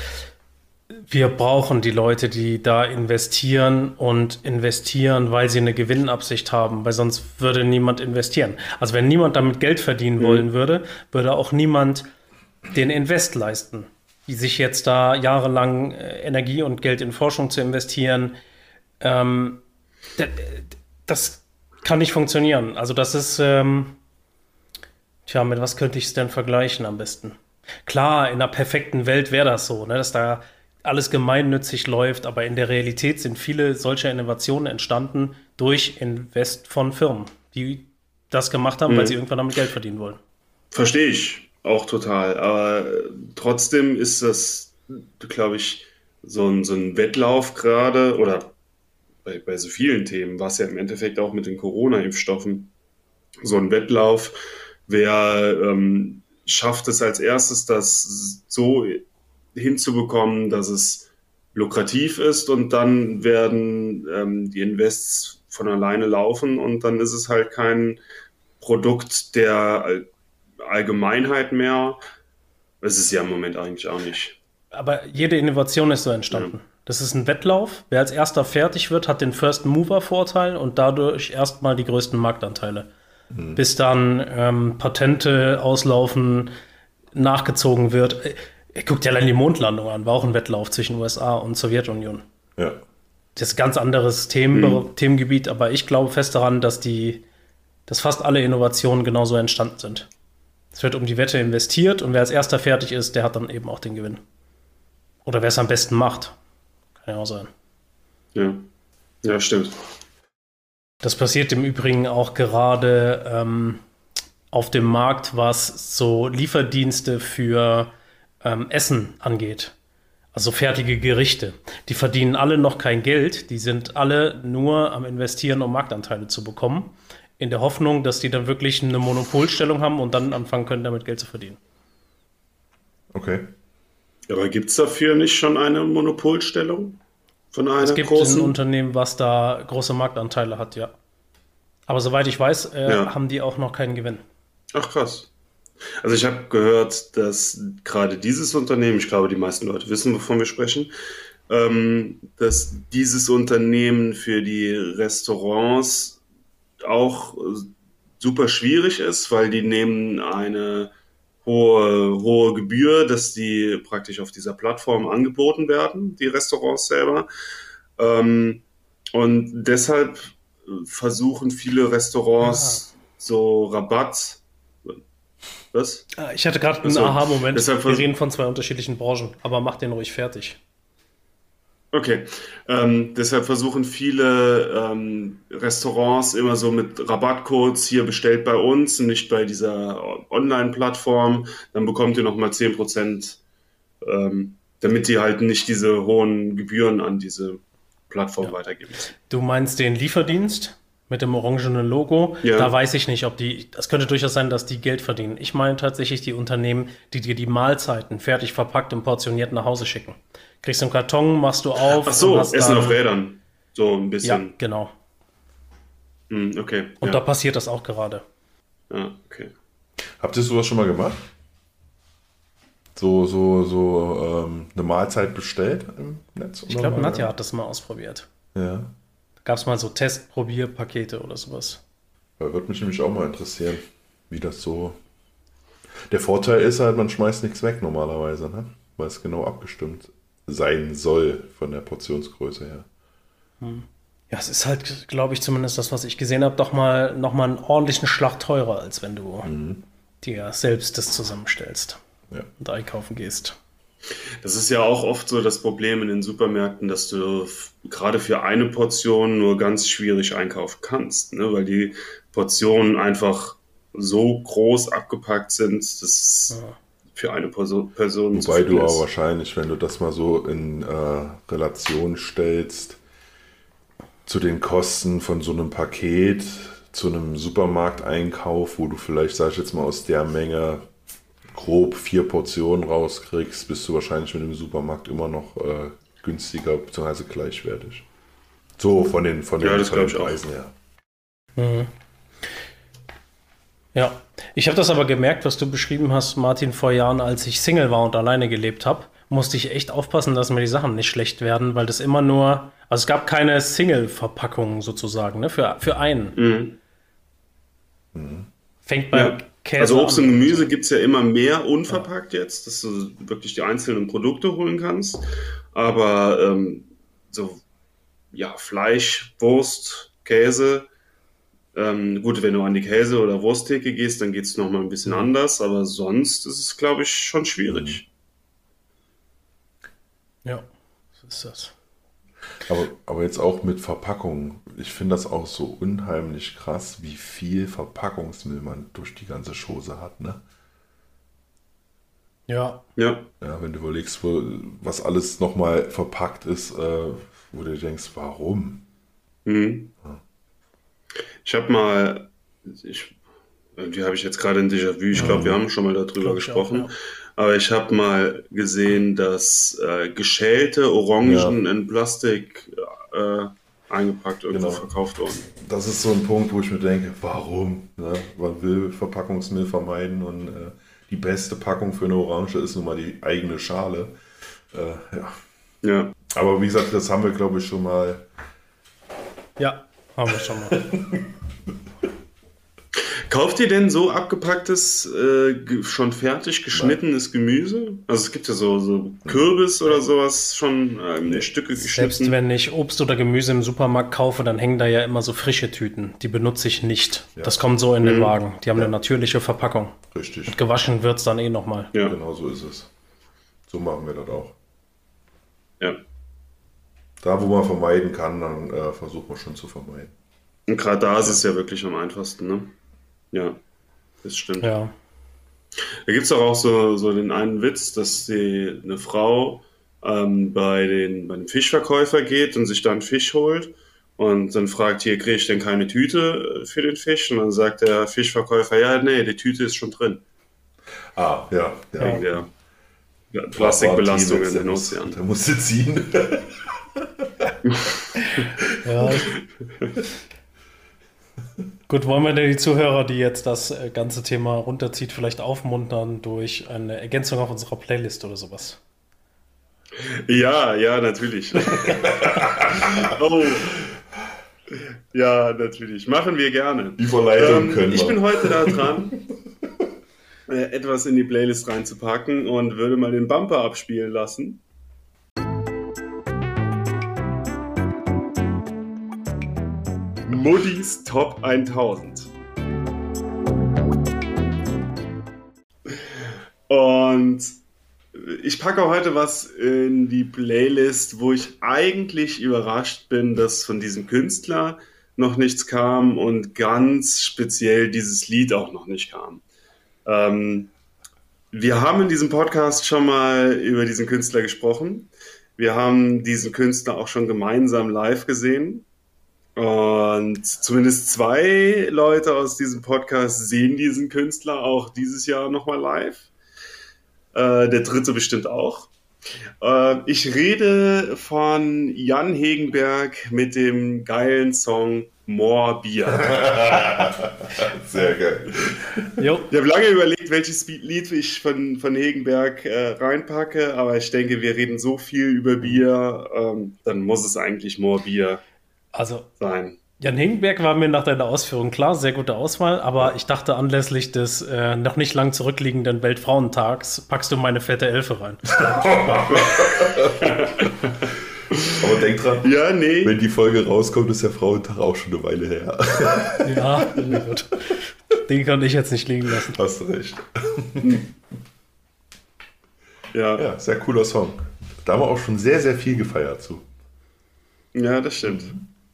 [SPEAKER 2] Wir brauchen die Leute, die da investieren und investieren, weil sie eine Gewinnabsicht haben, weil sonst würde niemand investieren. Also wenn niemand damit Geld verdienen
[SPEAKER 3] Mhm.
[SPEAKER 2] wollen würde, würde auch niemand den Invest leisten, die sich jetzt da jahrelang äh, Energie und Geld in Forschung zu investieren. Ähm, d- das kann nicht funktionieren. Also das ist, ähm, tja, mit was könnte ich es denn vergleichen am besten? Klar, in einer perfekten Welt wäre das so, ne, dass da alles gemeinnützig läuft, aber in der Realität sind viele solcher Innovationen entstanden durch Invest von Firmen, die das gemacht haben,
[SPEAKER 3] Mhm.
[SPEAKER 2] weil sie irgendwann damit Geld verdienen wollen.
[SPEAKER 3] Verstehe ich auch total, aber äh, trotzdem ist das, glaube ich, so ein, so ein Wettlauf gerade, oder bei, bei so vielen Themen, was ja im Endeffekt auch mit den Corona-Impfstoffen, so ein Wettlauf, wer ähm, schafft es als erstes, das so hinzubekommen, dass es lukrativ ist und dann werden ähm, die Invests von alleine laufen und dann ist es halt kein Produkt der All- Allgemeinheit mehr. Es ist ja im Moment eigentlich auch nicht.
[SPEAKER 2] Aber jede Innovation ist so entstanden. Das ist ein Wettlauf. Wer als erster fertig wird, hat den First-Mover-Vorteil und dadurch erstmal die größten Marktanteile. Mhm. Bis dann ähm, Patente auslaufen, nachgezogen wird. Guckt ja allein die Mondlandung an, war auch ein Wettlauf zwischen U S A und Sowjetunion.
[SPEAKER 1] Ja.
[SPEAKER 2] Das ist ein ganz anderes Themen, mhm. Themengebiet, aber ich glaube fest daran, dass die, dass fast alle Innovationen genauso entstanden sind. Es wird um die Wette investiert und wer als erster fertig ist, der hat dann eben auch den Gewinn. Oder wer es am besten macht. Kann ja auch sein.
[SPEAKER 3] Ja, ja, stimmt.
[SPEAKER 2] Das passiert im Übrigen auch gerade ähm, auf dem Markt, was so Lieferdienste für ähm, Essen angeht. Also fertige Gerichte. Die verdienen alle noch kein Geld. Die sind alle nur am Investieren, um Marktanteile zu bekommen. In der Hoffnung, dass die dann wirklich eine Monopolstellung haben und dann anfangen können, damit Geld zu verdienen.
[SPEAKER 1] Okay.
[SPEAKER 3] Aber gibt es dafür nicht schon eine Monopolstellung von einer
[SPEAKER 2] Es gibt
[SPEAKER 3] großen?
[SPEAKER 2] ein Unternehmen, was da große Marktanteile hat, ja. Aber soweit ich weiß, äh, ja. haben die auch noch keinen Gewinn.
[SPEAKER 3] Ach krass. Also ich habe gehört, dass gerade dieses Unternehmen, ich glaube, die meisten Leute wissen, wovon wir sprechen, ähm, dass dieses Unternehmen für die Restaurants auch super schwierig ist, weil die nehmen eine hohe, hohe Gebühr, dass die praktisch auf dieser Plattform angeboten werden, die Restaurants selber. Ähm, und deshalb versuchen viele Restaurants ja. so Rabatt. Was?
[SPEAKER 2] Ich hatte gerade einen
[SPEAKER 3] also,
[SPEAKER 2] Aha-Moment. Wir reden von zwei unterschiedlichen Branchen, aber mach den ruhig fertig.
[SPEAKER 3] Okay, ähm, deshalb versuchen viele ähm, Restaurants immer so mit Rabattcodes, hier bestellt bei uns, nicht bei dieser Online-Plattform, dann bekommt ihr nochmal zehn Prozent, ähm, damit die halt nicht diese hohen Gebühren an diese Plattform ja. weitergeben.
[SPEAKER 2] Du meinst den Lieferdienst mit dem orangenen Logo? Ja. Da weiß ich nicht, ob die, das könnte durchaus sein, dass die Geld verdienen. Ich meine tatsächlich die Unternehmen, die dir die Mahlzeiten fertig verpackt und portioniert nach Hause schicken. Kriegst du einen Karton, machst du auf.
[SPEAKER 3] Ach so, Essen dann, auf Rädern. So ein bisschen.
[SPEAKER 2] Ja, genau.
[SPEAKER 3] Hm, okay.
[SPEAKER 2] Und
[SPEAKER 3] ja.
[SPEAKER 2] da passiert das auch gerade.
[SPEAKER 3] Ja, okay.
[SPEAKER 1] Habt ihr sowas schon mal gemacht? So, so, so ähm, eine Mahlzeit bestellt im Netz?
[SPEAKER 2] Ich glaube, Nadja hat das mal ausprobiert.
[SPEAKER 1] Ja.
[SPEAKER 2] Da gab es mal so Testprobierpakete oder sowas.
[SPEAKER 1] Da würde mich nämlich auch mal interessieren, wie das so... Der Vorteil ist halt, man schmeißt nichts weg normalerweise, ne? Weil es genau abgestimmt sein soll von der Portionsgröße her.
[SPEAKER 2] Hm. Ja, es ist halt, glaube ich, zumindest das, was ich gesehen habe, doch mal noch mal einen ordentlichen Schlag teurer, als wenn du mhm. dir selbst das zusammenstellst
[SPEAKER 1] ja.
[SPEAKER 2] und einkaufen gehst.
[SPEAKER 3] Das ist ja auch oft so das Problem in den Supermärkten, dass du f- gerade für eine Portion nur ganz schwierig einkaufen kannst, ne? Weil die Portionen einfach so groß abgepackt sind, dass ja. für eine Person, Person
[SPEAKER 1] Wobei du auch wahrscheinlich, wenn du das mal so in äh, Relation stellst, zu den Kosten von so einem Paket, zu einem Supermarkteinkauf, wo du vielleicht, sag ich jetzt mal, aus der Menge grob vier Portionen rauskriegst, bist du wahrscheinlich mit dem Supermarkt immer noch äh, günstiger bzw. gleichwertig. So von den, von den,
[SPEAKER 3] ja, das
[SPEAKER 1] von den
[SPEAKER 3] ich
[SPEAKER 1] Preisen
[SPEAKER 3] auch.
[SPEAKER 1] her.
[SPEAKER 2] Mhm. Ja, ich habe das aber gemerkt, was du beschrieben hast, Martin, vor Jahren, als ich Single war und alleine gelebt habe, musste ich echt aufpassen, dass mir die Sachen nicht schlecht werden, weil das immer nur, also es gab keine Single-Verpackung sozusagen, ne, für, für einen.
[SPEAKER 3] Mhm.
[SPEAKER 2] Mhm. Fängt bei ja. Käse
[SPEAKER 3] Also Obst
[SPEAKER 2] an.
[SPEAKER 3] und Gemüse gibt es ja immer mehr unverpackt ja. jetzt, dass du wirklich die einzelnen Produkte holen kannst. Aber ähm, so ja, Fleisch, Wurst, Käse, ähm, gut, wenn du an die Käse- oder Wursttheke gehst, dann geht es nochmal ein bisschen mhm. anders, aber sonst ist es, glaube ich, schon schwierig.
[SPEAKER 2] Ja, so ist das.
[SPEAKER 1] Aber, aber jetzt auch mit Verpackungen. Ich finde das auch so unheimlich krass, wie viel Verpackungsmüll man durch die ganze Chose hat, ne?
[SPEAKER 2] Ja.
[SPEAKER 3] Ja.
[SPEAKER 1] Ja, wenn du überlegst, wo, was alles nochmal verpackt ist, äh, wo du denkst, warum?
[SPEAKER 3] Mhm.
[SPEAKER 1] Ja.
[SPEAKER 3] Ich habe mal, ich, irgendwie habe ich jetzt gerade ein Déjà-vu, ich glaube, wir haben schon mal darüber gesprochen, auch, ja. aber ich habe mal gesehen, dass äh, geschälte Orangen ja. in Plastik äh, eingepackt irgendwo genau. verkauft wurden.
[SPEAKER 1] Das ist so ein Punkt, wo ich mir denke, warum? Ne? Man will Verpackungsmüll vermeiden und äh, die beste Packung für eine Orange ist nun mal die eigene Schale. Äh, ja.
[SPEAKER 3] Ja,
[SPEAKER 1] Aber wie gesagt, das haben wir, glaube ich, schon mal.
[SPEAKER 2] Ja, haben wir schon mal.
[SPEAKER 3] Kauft ihr denn so abgepacktes, äh, ge- schon fertig geschnittenes Gemüse? Also es gibt ja so, so Kürbis oder sowas schon ähm, in Stücke
[SPEAKER 2] Selbst
[SPEAKER 3] geschnitten.
[SPEAKER 2] wenn ich Obst oder Gemüse im Supermarkt kaufe, dann hängen da ja immer so frische Tüten. Die benutze ich nicht.
[SPEAKER 1] Ja.
[SPEAKER 2] Das kommt so in den
[SPEAKER 3] Mhm.
[SPEAKER 2] Wagen. Die haben eine natürliche Verpackung.
[SPEAKER 1] Richtig.
[SPEAKER 2] Und gewaschen wird es dann eh nochmal.
[SPEAKER 3] Ja,
[SPEAKER 1] Genau so ist es. So machen wir das auch.
[SPEAKER 3] ja.
[SPEAKER 1] Da, wo man vermeiden kann, dann äh, versucht man schon zu vermeiden.
[SPEAKER 3] Und gerade da ist es ja wirklich am einfachsten, ne? Ja, das stimmt.
[SPEAKER 2] Ja.
[SPEAKER 3] Da gibt es doch auch so, so den einen Witz, dass die, eine Frau ähm, bei, den, bei dem Fischverkäufer geht und sich da einen Fisch holt und dann fragt, hier, kriege ich denn keine Tüte für den Fisch? Und dann sagt der Fischverkäufer, ja, nee, die Tüte ist schon drin.
[SPEAKER 1] Ah, ja. ja.
[SPEAKER 3] Wegen der ja, Plastikbelastung in
[SPEAKER 1] der
[SPEAKER 3] den
[SPEAKER 1] muss,
[SPEAKER 3] Ozeanen.
[SPEAKER 1] der musste ziehen.
[SPEAKER 2] Ja. Gut, wollen wir denn die Zuhörer, die jetzt das äh, ganze Thema runterzieht, vielleicht aufmuntern durch eine Ergänzung auf unserer Playlist oder sowas?
[SPEAKER 3] Ja, ja, natürlich. Oh. Ja, natürlich. Machen wir gerne.
[SPEAKER 1] Die Verleitung
[SPEAKER 3] Ähm,
[SPEAKER 1] können
[SPEAKER 3] ich
[SPEAKER 1] wir.
[SPEAKER 3] bin heute da dran, äh, etwas in die Playlist reinzupacken und würde mal den Bumper abspielen lassen. Muddis Top tausend. Und ich packe heute was in die Playlist, wo ich eigentlich überrascht bin, dass von diesem Künstler noch nichts kam und ganz speziell dieses Lied auch noch nicht kam. Ähm, wir haben in diesem Podcast schon mal über diesen Künstler gesprochen. Wir haben diesen Künstler auch schon gemeinsam live gesehen. Und zumindest zwei Leute aus diesem Podcast sehen diesen Künstler auch dieses Jahr nochmal live. Äh, der dritte bestimmt auch. Äh, ich rede von Jan Hegenberg mit dem geilen Song More Bier.
[SPEAKER 1] Sehr geil.
[SPEAKER 2] Jo.
[SPEAKER 3] Ich habe lange überlegt, welches Lied ich von, von Hegenberg äh, reinpacke, aber ich denke, wir reden so viel über Bier, ähm, dann muss es eigentlich More Bier
[SPEAKER 2] Also,
[SPEAKER 3] sein.
[SPEAKER 2] Jan Hegenberg war mir nach deiner Ausführung klar, sehr gute Auswahl, aber ich dachte anlässlich des äh, noch nicht lang zurückliegenden Weltfrauentags packst du meine fette Elfe rein.
[SPEAKER 1] Aber denk dran,
[SPEAKER 3] Ja, nee.
[SPEAKER 1] wenn die Folge rauskommt, ist der Frauentag auch schon eine Weile her.
[SPEAKER 2] Ja, gut. Den kann ich jetzt nicht liegen lassen.
[SPEAKER 1] Hast du recht.
[SPEAKER 3] Ja,
[SPEAKER 1] Ja, sehr cooler Song. Da haben wir auch schon sehr, sehr viel gefeiert zu.
[SPEAKER 3] ja, das stimmt.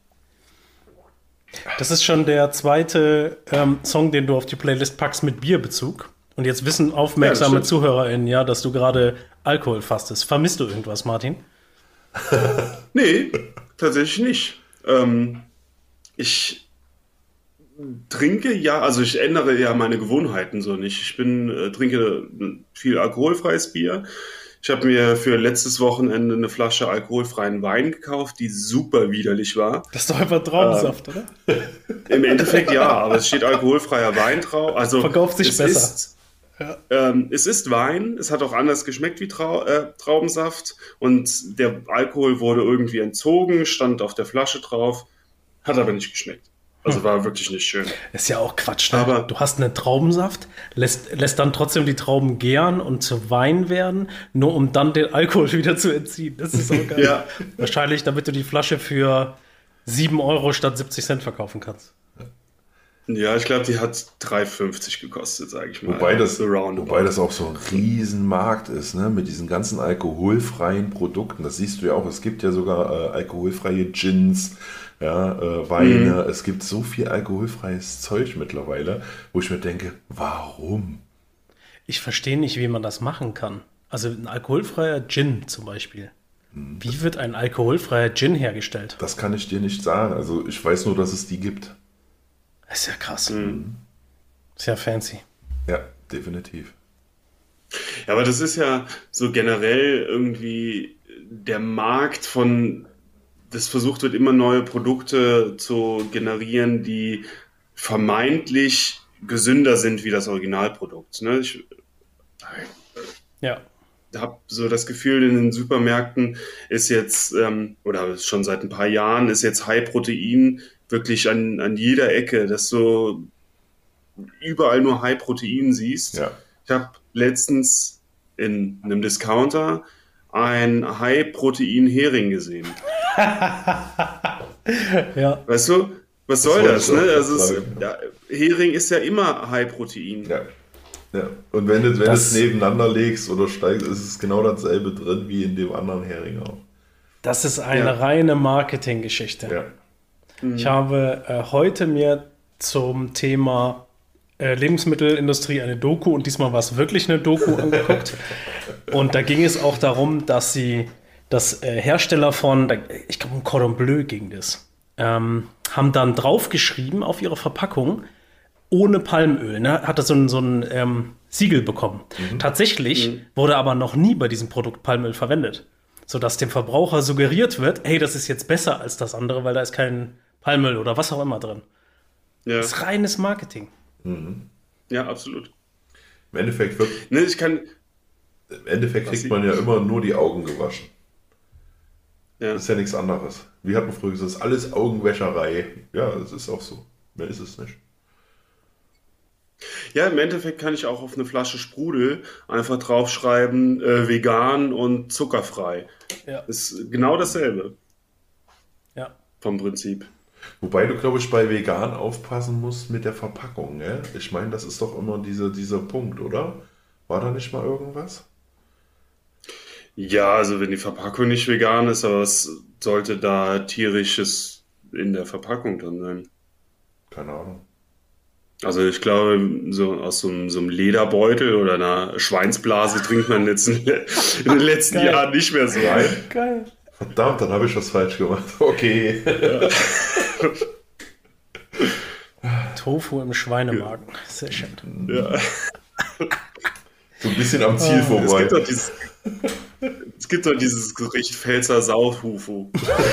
[SPEAKER 2] Das ist schon der zweite ähm, Song, den du auf die Playlist packst mit Bierbezug. Und jetzt wissen aufmerksame
[SPEAKER 3] Ja, das stimmt.
[SPEAKER 2] ZuhörerInnen ja, dass du gerade Alkohol fastest. Vermisst du irgendwas, Martin?
[SPEAKER 3] Nee, tatsächlich nicht. Ähm, ich trinke ja, also ich ändere ja meine Gewohnheiten so nicht. Ich bin, äh, trinke viel alkoholfreies Bier. Ich habe mir für letztes Wochenende eine Flasche alkoholfreien Wein gekauft, die super widerlich war.
[SPEAKER 2] Das ist doch einfach Traubensaft, oder?
[SPEAKER 3] Im Endeffekt ja, aber es steht alkoholfreier Wein drauf. Also
[SPEAKER 2] Verkauft sich
[SPEAKER 3] es
[SPEAKER 2] besser.
[SPEAKER 3] Ist, ähm, es ist Wein, es hat auch anders geschmeckt wie Trau äh, Traubensaft und der Alkohol wurde irgendwie entzogen, stand auf der Flasche drauf, hat aber nicht geschmeckt. Also war wirklich nicht schön.
[SPEAKER 2] Ist ja auch Quatsch, ne?
[SPEAKER 3] Aber-
[SPEAKER 2] Du hast einen Traubensaft, lässt, lässt dann trotzdem die Trauben gären und zu Wein werden, nur um dann den Alkohol wieder zu entziehen. Das ist auch geil.
[SPEAKER 3] Ja.
[SPEAKER 2] Wahrscheinlich, damit du die Flasche für sieben Euro statt siebzig Cent verkaufen kannst.
[SPEAKER 3] Ja, ich glaube, die hat drei fünfzig gekostet, sage ich mal.
[SPEAKER 1] Wobei das,
[SPEAKER 3] So roundabout.
[SPEAKER 1] wobei das auch so ein Riesenmarkt ist, ne? Mit diesen ganzen alkoholfreien Produkten. Das siehst du ja auch. Es gibt ja sogar äh, alkoholfreie Gins, ja, äh, Weine.
[SPEAKER 3] Mhm.
[SPEAKER 1] Es gibt so viel alkoholfreies Zeug mittlerweile, wo ich mir denke, warum?
[SPEAKER 2] Ich verstehe nicht, wie man das machen kann. Also ein alkoholfreier Gin zum Beispiel. Wie wird ein alkoholfreier Gin hergestellt?
[SPEAKER 1] Das kann ich dir nicht sagen. Also ich weiß nur, dass es die gibt.
[SPEAKER 2] Das ist ja krass.
[SPEAKER 3] Mhm.
[SPEAKER 2] Ist ja fancy.
[SPEAKER 1] Ja, definitiv.
[SPEAKER 3] Ja, aber das ist ja so generell irgendwie der Markt von, das versucht wird, immer neue Produkte zu generieren, die vermeintlich gesünder sind wie das Originalprodukt. Ne? Ich,
[SPEAKER 2] Ja.
[SPEAKER 3] habe so das Gefühl, in den Supermärkten ist jetzt, ähm, oder schon seit ein paar Jahren, ist jetzt High Protein wirklich an, an jeder Ecke, dass du überall nur High Protein siehst.
[SPEAKER 1] Ja.
[SPEAKER 3] Ich habe letztens in einem Discounter ein High Protein Hering gesehen.
[SPEAKER 2] Ja.
[SPEAKER 3] Weißt du, was soll
[SPEAKER 1] wollte
[SPEAKER 3] das?
[SPEAKER 1] ich auch
[SPEAKER 3] Ne?
[SPEAKER 1] gerade
[SPEAKER 3] Also es,
[SPEAKER 1] sagen.
[SPEAKER 3] ja, Hering ist ja immer High Protein.
[SPEAKER 1] Ja. Ja. Und wenn du wenn du
[SPEAKER 2] Das-
[SPEAKER 1] es nebeneinander legst oder steigst, ist es genau dasselbe drin wie in dem anderen Hering auch.
[SPEAKER 2] Das ist eine
[SPEAKER 3] Ja.
[SPEAKER 2] reine Marketinggeschichte.
[SPEAKER 1] Ja.
[SPEAKER 2] Ich habe äh, heute mir zum Thema äh, Lebensmittelindustrie eine Doku, und diesmal war es wirklich eine Doku, angeguckt. Und da ging es auch darum, dass sie, das äh, Hersteller von, da- ich glaube, um Cordon Bleu ging das, ähm, haben dann draufgeschrieben auf ihre Verpackung, ohne Palmöl, ne? Hat das so ein, so ein ähm, Siegel bekommen. Tatsächlich wurde aber noch nie bei diesem Produkt Palmöl verwendet, sodass dem Verbraucher suggeriert wird, hey, das ist jetzt besser als das andere, weil da ist kein Palmöl oder was auch immer drin.
[SPEAKER 3] Ja,
[SPEAKER 2] Das ist reines Marketing.
[SPEAKER 3] ja, absolut.
[SPEAKER 1] Im Endeffekt, wird,
[SPEAKER 3] Ne, ich kann,
[SPEAKER 1] im Endeffekt
[SPEAKER 3] Was
[SPEAKER 1] kriegt
[SPEAKER 3] sie-
[SPEAKER 1] man ja immer nur die Augen gewaschen.
[SPEAKER 3] ja.
[SPEAKER 1] Das ist ja nichts anderes. Wie hat man früher gesagt, das ist alles Augenwäscherei. Ja, das ist auch so. Mehr ist es nicht.
[SPEAKER 3] Ja, im Endeffekt kann ich auch auf eine Flasche Sprudel einfach draufschreiben, äh, vegan und zuckerfrei.
[SPEAKER 2] Ja.
[SPEAKER 3] Ist genau dasselbe
[SPEAKER 2] Ja.
[SPEAKER 3] vom Prinzip.
[SPEAKER 1] Wobei du, glaube ich, bei vegan aufpassen musst mit der Verpackung. Gell? Ich meine, das ist doch immer dieser, dieser Punkt, oder? War da nicht mal irgendwas?
[SPEAKER 3] Ja, also wenn die Verpackung nicht vegan ist, aber was sollte da tierisches in der Verpackung drin sein?
[SPEAKER 1] Keine Ahnung.
[SPEAKER 3] Also ich glaube, so aus so einem, so einem Lederbeutel oder einer Schweinsblase trinkt man jetzt in, in den letzten
[SPEAKER 2] Geil.
[SPEAKER 3] Jahren nicht mehr so ein.
[SPEAKER 2] Geil.
[SPEAKER 1] Verdammt, dann habe ich was falsch gemacht. Okay.
[SPEAKER 2] Tofu im Schweinemagen. Sehr schön.
[SPEAKER 3] Ja.
[SPEAKER 1] So ein bisschen am Ziel
[SPEAKER 3] Es
[SPEAKER 1] vorbei.
[SPEAKER 3] gibt doch dieses, es gibt doch dieses Gericht Pfälzer Sauhufu.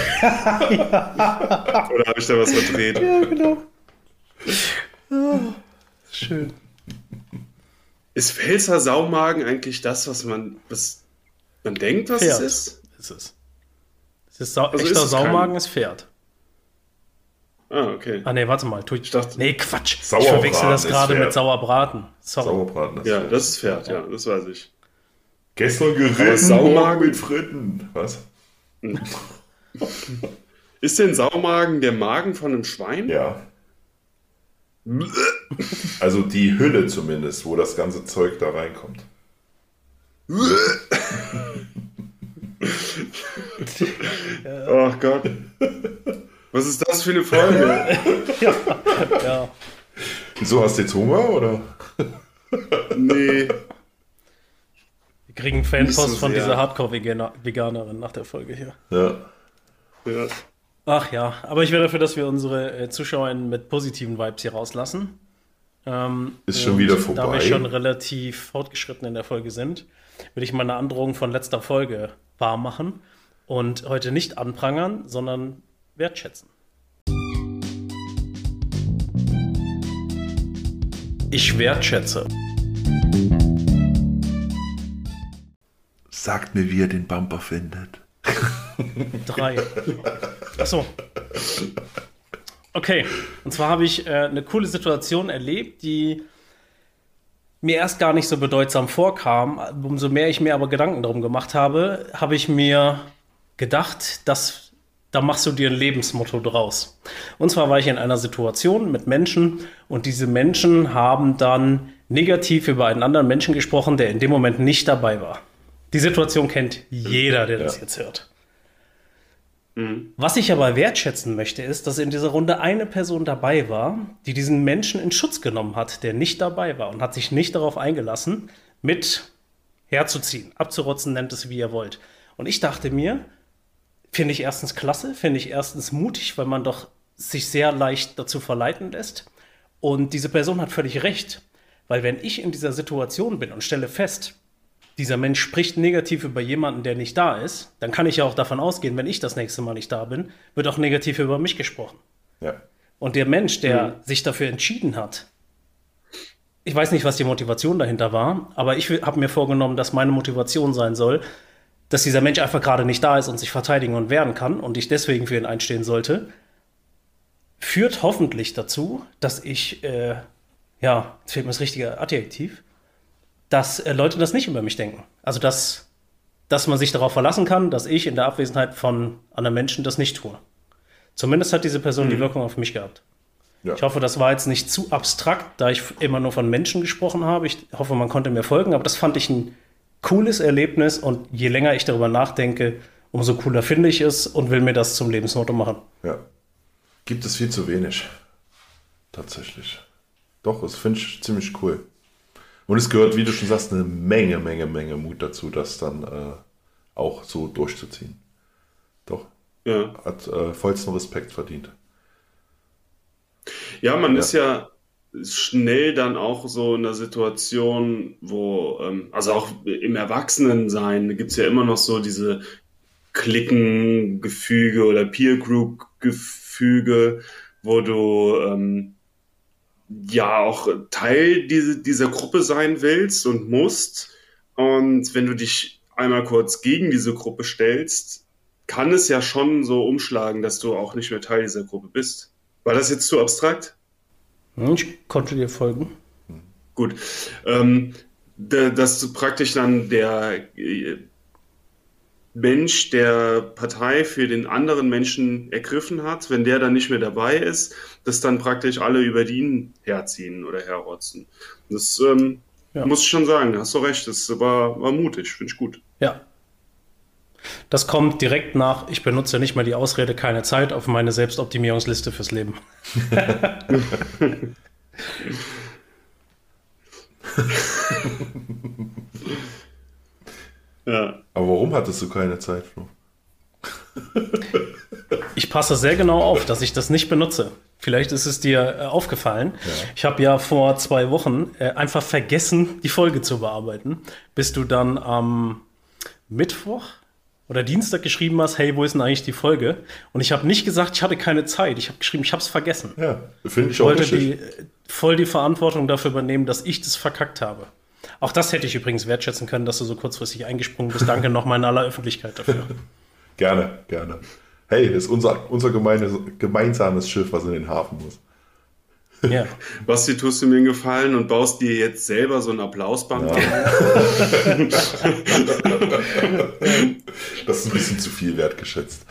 [SPEAKER 3] Oder habe ich da was verdreht?
[SPEAKER 2] Ja, genau. Ah, schön.
[SPEAKER 3] Ist Pfälzer Saumagen eigentlich das, was man, was man denkt, was
[SPEAKER 2] Pferd.
[SPEAKER 3] es ist?
[SPEAKER 2] Ist es. Es ist Sau
[SPEAKER 3] Also
[SPEAKER 2] echter
[SPEAKER 3] ist es
[SPEAKER 2] Saumagen
[SPEAKER 3] kein-
[SPEAKER 2] ist Pferd.
[SPEAKER 3] Ah, okay.
[SPEAKER 2] Ah, nee, warte mal. Tu ich,
[SPEAKER 3] Ich dachte-
[SPEAKER 2] nee, Quatsch. Ich
[SPEAKER 1] Sauerbraten
[SPEAKER 2] verwechsel das
[SPEAKER 1] ist
[SPEAKER 2] gerade
[SPEAKER 1] Pferd.
[SPEAKER 2] mit Sauerbraten. Sorry.
[SPEAKER 1] Sauerbraten ist
[SPEAKER 3] Ja, das ist Pferd, ja, das weiß ich.
[SPEAKER 1] Gestern
[SPEAKER 3] Aber
[SPEAKER 1] geritten,
[SPEAKER 3] Saumagen-
[SPEAKER 1] morgen mit Fritten. Was?
[SPEAKER 3] Ist denn Saumagen der Magen von einem Schwein?
[SPEAKER 1] Ja. Also die Hülle zumindest, wo das ganze Zeug da reinkommt.
[SPEAKER 3] Oh Gott. Was ist das für eine Folge?
[SPEAKER 2] Ja.
[SPEAKER 1] Wieso, hast du jetzt Hunger, oder?
[SPEAKER 3] Nee.
[SPEAKER 2] Wir kriegen
[SPEAKER 3] Nicht
[SPEAKER 2] Fanpost
[SPEAKER 3] so
[SPEAKER 2] von
[SPEAKER 3] sehr.
[SPEAKER 2] dieser Hardcore-Veganerin nach der Folge hier.
[SPEAKER 1] Ja.
[SPEAKER 3] Ja.
[SPEAKER 2] Ach ja, aber ich wäre dafür, dass wir unsere äh, Zuschauer mit positiven Vibes hier rauslassen. Ähm,
[SPEAKER 1] Ist schon
[SPEAKER 2] und
[SPEAKER 1] wieder
[SPEAKER 2] Da
[SPEAKER 1] vorbei.
[SPEAKER 2] wir schon relativ fortgeschritten in der Folge sind, würde ich meine Androhung von letzter Folge wahr machen und heute nicht anprangern, sondern wertschätzen. Ich wertschätze.
[SPEAKER 1] Sagt mir, wie ihr den Bumper findet.
[SPEAKER 2] Drei. Achso. Okay. Und zwar habe ich äh, eine coole Situation erlebt, die mir erst gar nicht so bedeutsam vorkam. Umso mehr ich mir aber Gedanken darum gemacht habe, habe ich mir gedacht, dass da machst du dir ein Lebensmotto draus. Und zwar war ich in einer Situation mit Menschen und diese Menschen haben dann negativ über einen anderen Menschen gesprochen, der in dem Moment nicht dabei war. Die Situation kennt jeder, der das
[SPEAKER 1] Ja.
[SPEAKER 2] jetzt hört. Was ich aber wertschätzen möchte, ist, dass in dieser Runde eine Person dabei war, die diesen Menschen in Schutz genommen hat, der nicht dabei war und hat sich nicht darauf eingelassen, mit herzuziehen, abzurotzen, nennt es wie ihr wollt. Und ich dachte mir, finde ich erstens klasse, finde ich erstens mutig, weil man doch sich sehr leicht dazu verleiten lässt. Und diese Person hat völlig recht, weil wenn ich in dieser Situation bin und stelle fest, dieser Mensch spricht negativ über jemanden, der nicht da ist, dann kann ich ja auch davon ausgehen, wenn ich das nächste Mal nicht da bin, wird auch negativ über mich gesprochen.
[SPEAKER 1] Ja.
[SPEAKER 2] Und der Mensch, der sich dafür entschieden hat, ich weiß nicht, was die Motivation dahinter war, aber ich habe mir vorgenommen, dass meine Motivation sein soll, dass dieser Mensch einfach gerade nicht da ist und sich verteidigen und wehren kann und ich deswegen für ihn einstehen sollte, führt hoffentlich dazu, dass ich, äh, ja, jetzt fehlt mir das richtige Adjektiv, dass äh, Leute das nicht über mich denken. Also, dass, dass man sich darauf verlassen kann, dass ich in der Abwesenheit von anderen Menschen das nicht tue. Zumindest hat diese Person mhm. die Wirkung auf mich gehabt. Ja. Ich hoffe, das war jetzt nicht zu abstrakt, da ich immer nur von Menschen gesprochen habe. Ich hoffe, man konnte mir folgen, aber das fand ich ein cooles Erlebnis und je länger ich darüber nachdenke, umso cooler finde ich es und will mir das zum Lebensmotto machen.
[SPEAKER 1] Ja, gibt es viel zu wenig. Tatsächlich. Doch, das finde ich ziemlich cool. Und es gehört, wie du schon sagst, eine Menge, Menge, Menge Mut dazu, das dann äh, auch so durchzuziehen. Doch, ja. Hat äh, vollsten Respekt verdient.
[SPEAKER 3] Ja, man ja. ist ja schnell dann auch so in der Situation, wo, ähm, also auch im Erwachsenensein gibt es ja immer noch so diese Cliquen-Gefüge oder Peer-Group-Gefüge, wo du ähm, ja auch Teil diese, dieser Gruppe sein willst und musst. Und wenn du dich einmal kurz gegen diese Gruppe stellst, kann es ja schon so umschlagen, dass du auch nicht mehr Teil dieser Gruppe bist. War das jetzt zu abstrakt?
[SPEAKER 2] Ich konnte dir folgen.
[SPEAKER 3] Gut. Ähm, dass du praktisch dann der Mensch der Partei für den anderen Menschen ergriffen hat, wenn der dann nicht mehr dabei ist, dass dann praktisch alle über ihn herziehen oder herrotzen. Das ähm, ja. muss ich schon sagen, hast du recht, das war, war mutig, finde ich gut.
[SPEAKER 2] Ja. Das kommt direkt nach, ich benutze nicht mehr die Ausrede keine Zeit auf meine Selbstoptimierungsliste fürs Leben.
[SPEAKER 1] Ja. Aber warum hattest du keine Zeit, Flo?
[SPEAKER 2] Ich passe sehr genau auf, dass ich das nicht benutze. Vielleicht ist es dir äh, aufgefallen. Ja. Ich habe ja vor zwei Wochen äh, einfach vergessen, die Folge zu bearbeiten, bis du dann am Mittwoch oder Dienstag geschrieben hast, hey, wo ist denn eigentlich die Folge? Und ich habe nicht gesagt, ich hatte keine Zeit. Ich habe geschrieben, ich habe es vergessen.
[SPEAKER 1] Ja, finde ich
[SPEAKER 2] ich
[SPEAKER 1] auch
[SPEAKER 2] wollte
[SPEAKER 1] richtig.
[SPEAKER 2] Die, voll die Verantwortung dafür übernehmen, dass ich das verkackt habe. Auch das hätte ich übrigens wertschätzen können, dass du so kurzfristig eingesprungen bist. Danke nochmal in aller Öffentlichkeit dafür.
[SPEAKER 1] Gerne, gerne. Hey, das ist unser, unser gemeines, gemeinsames Schiff, was in den Hafen muss.
[SPEAKER 3] Ja. Basti, tust du mir einen Gefallen und baust dir jetzt selber so ein Applausband
[SPEAKER 1] ja. an? Das ist ein bisschen zu viel wertgeschätzt.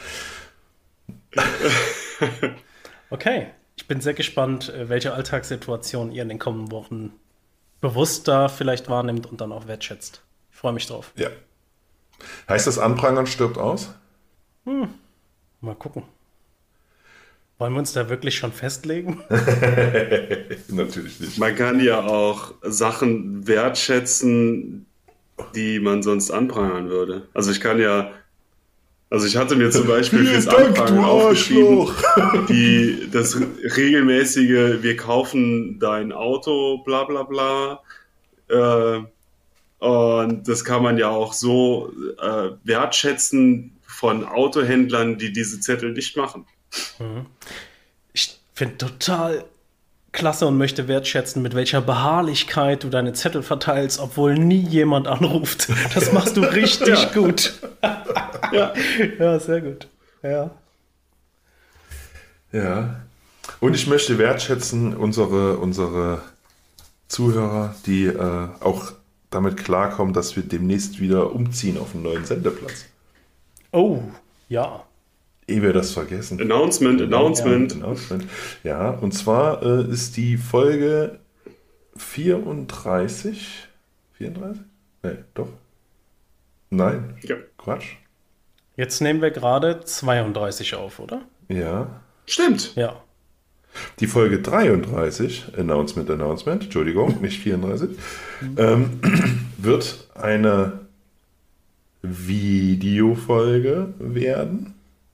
[SPEAKER 2] Okay, ich bin sehr gespannt, welche Alltagssituation ihr in den kommenden Wochen bewusster vielleicht wahrnimmt und dann auch wertschätzt. Ich freue mich drauf.
[SPEAKER 1] Ja. Heißt das, Anprangern stirbt aus?
[SPEAKER 2] Hm. Mal gucken. Wollen wir uns da wirklich schon festlegen?
[SPEAKER 1] Natürlich nicht.
[SPEAKER 3] Man kann ja auch Sachen wertschätzen, die man sonst anprangern würde. Also ich kann ja, also ich hatte mir zum Beispiel fürs Anprangern aufgeschrieben, die, das regelmäßige, wir kaufen dein Auto, bla bla bla. Äh, und das kann man ja auch so äh, wertschätzen von Autohändlern, die diese Zettel nicht machen.
[SPEAKER 2] Ich finde total klasse und möchte wertschätzen, mit welcher Beharrlichkeit du deine Zettel verteilst, obwohl nie jemand anruft. Das machst du richtig ja. gut. Ja. Ja, sehr gut. Ja.
[SPEAKER 1] Ja. Und ich möchte wertschätzen unsere, unsere Zuhörer, die äh, auch damit klarkommen, dass wir demnächst wieder umziehen auf einen neuen Sendeplatz.
[SPEAKER 2] Oh, ja.
[SPEAKER 1] Ehe wir das vergessen.
[SPEAKER 3] Announcement, Announcement.
[SPEAKER 1] Ja, Announcement. Ja, und zwar äh, ist die Folge vierunddreißig. vierunddreißig? Nee, doch. Nein.
[SPEAKER 3] Ja.
[SPEAKER 1] Quatsch.
[SPEAKER 2] Jetzt nehmen wir gerade zweiunddreißig auf, oder?
[SPEAKER 1] Ja.
[SPEAKER 3] Stimmt.
[SPEAKER 2] Ja.
[SPEAKER 1] Die Folge dreiunddreißig, Announcement, Announcement, Entschuldigung, nicht vierunddreißig, ähm, wird eine Videofolge werden.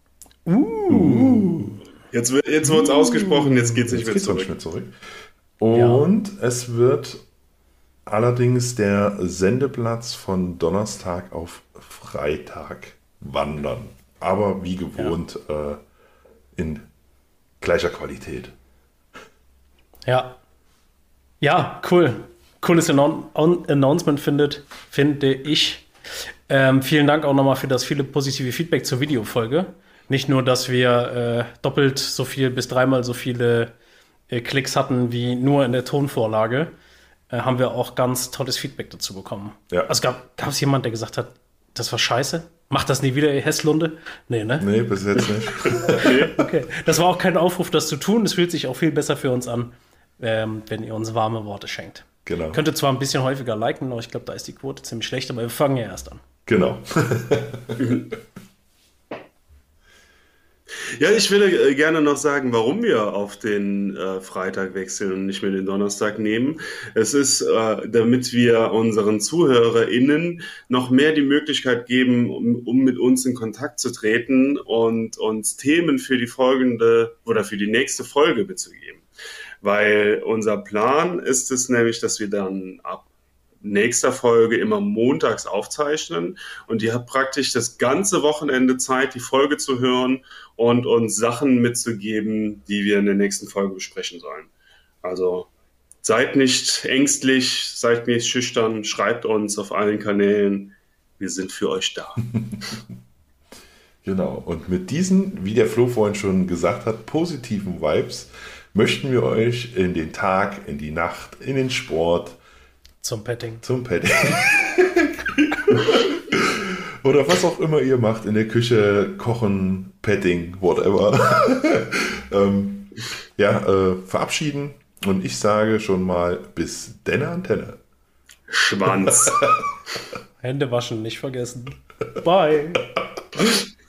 [SPEAKER 2] Uh.
[SPEAKER 3] Jetzt, jetzt wird es ausgesprochen, jetzt geht es nicht,
[SPEAKER 1] nicht mehr zurück. Und ja. es wird allerdings der Sendeplatz von Donnerstag auf Freitag wandern. Aber wie gewohnt ja. äh, in gleicher Qualität.
[SPEAKER 2] Ja. Ja, cool. cooles Annou Announcement findet, finde ich. Ähm, vielen Dank auch nochmal für das viele positive Feedback zur Videofolge. Nicht nur, dass wir äh, doppelt so viel bis dreimal so viele äh, Klicks hatten wie nur in der Tonvorlage, äh, haben wir auch ganz tolles Feedback dazu bekommen.
[SPEAKER 1] Ja.
[SPEAKER 2] Also gab es jemand, der gesagt hat, das war scheiße? Macht das nie wieder, ihr Hesslunde? Nee, ne?
[SPEAKER 1] Nee, bis jetzt nicht.
[SPEAKER 2] Okay. Das war auch kein Aufruf, das zu tun. Es fühlt sich auch viel besser für uns an, ähm, wenn ihr uns warme Worte schenkt.
[SPEAKER 1] Genau.
[SPEAKER 2] Könnte zwar ein bisschen häufiger liken, aber ich glaube, da ist die Quote ziemlich schlecht, aber wir fangen ja erst an.
[SPEAKER 1] Genau.
[SPEAKER 3] Ja, ich würde gerne noch sagen, warum wir auf den äh, Freitag wechseln und nicht mehr den Donnerstag nehmen. Es ist, äh, damit wir unseren ZuhörerInnen noch mehr die Möglichkeit geben, um, um mit uns in Kontakt zu treten und uns Themen für die folgende oder für die nächste Folge mitzugeben. Weil unser Plan ist es nämlich, dass wir dann ab nächster Folge immer montags aufzeichnen und ihr habt praktisch das ganze Wochenende Zeit, die Folge zu hören und uns Sachen mitzugeben, die wir in der nächsten Folge besprechen sollen. Also seid nicht ängstlich, seid nicht schüchtern, schreibt uns auf allen Kanälen. Wir sind für euch da.
[SPEAKER 1] Genau. Und mit diesen, wie der Flo vorhin schon gesagt hat, positiven Vibes möchten wir euch in den Tag, in die Nacht, in den Sport,
[SPEAKER 2] Zum Petting.
[SPEAKER 1] Zum Petting. Oder was auch immer ihr macht, in der Küche, kochen, Petting, whatever. ähm, ja, äh, verabschieden. Und ich sage schon mal bis denne Antenne.
[SPEAKER 3] Schwanz.
[SPEAKER 2] Hände waschen, nicht vergessen. Bye.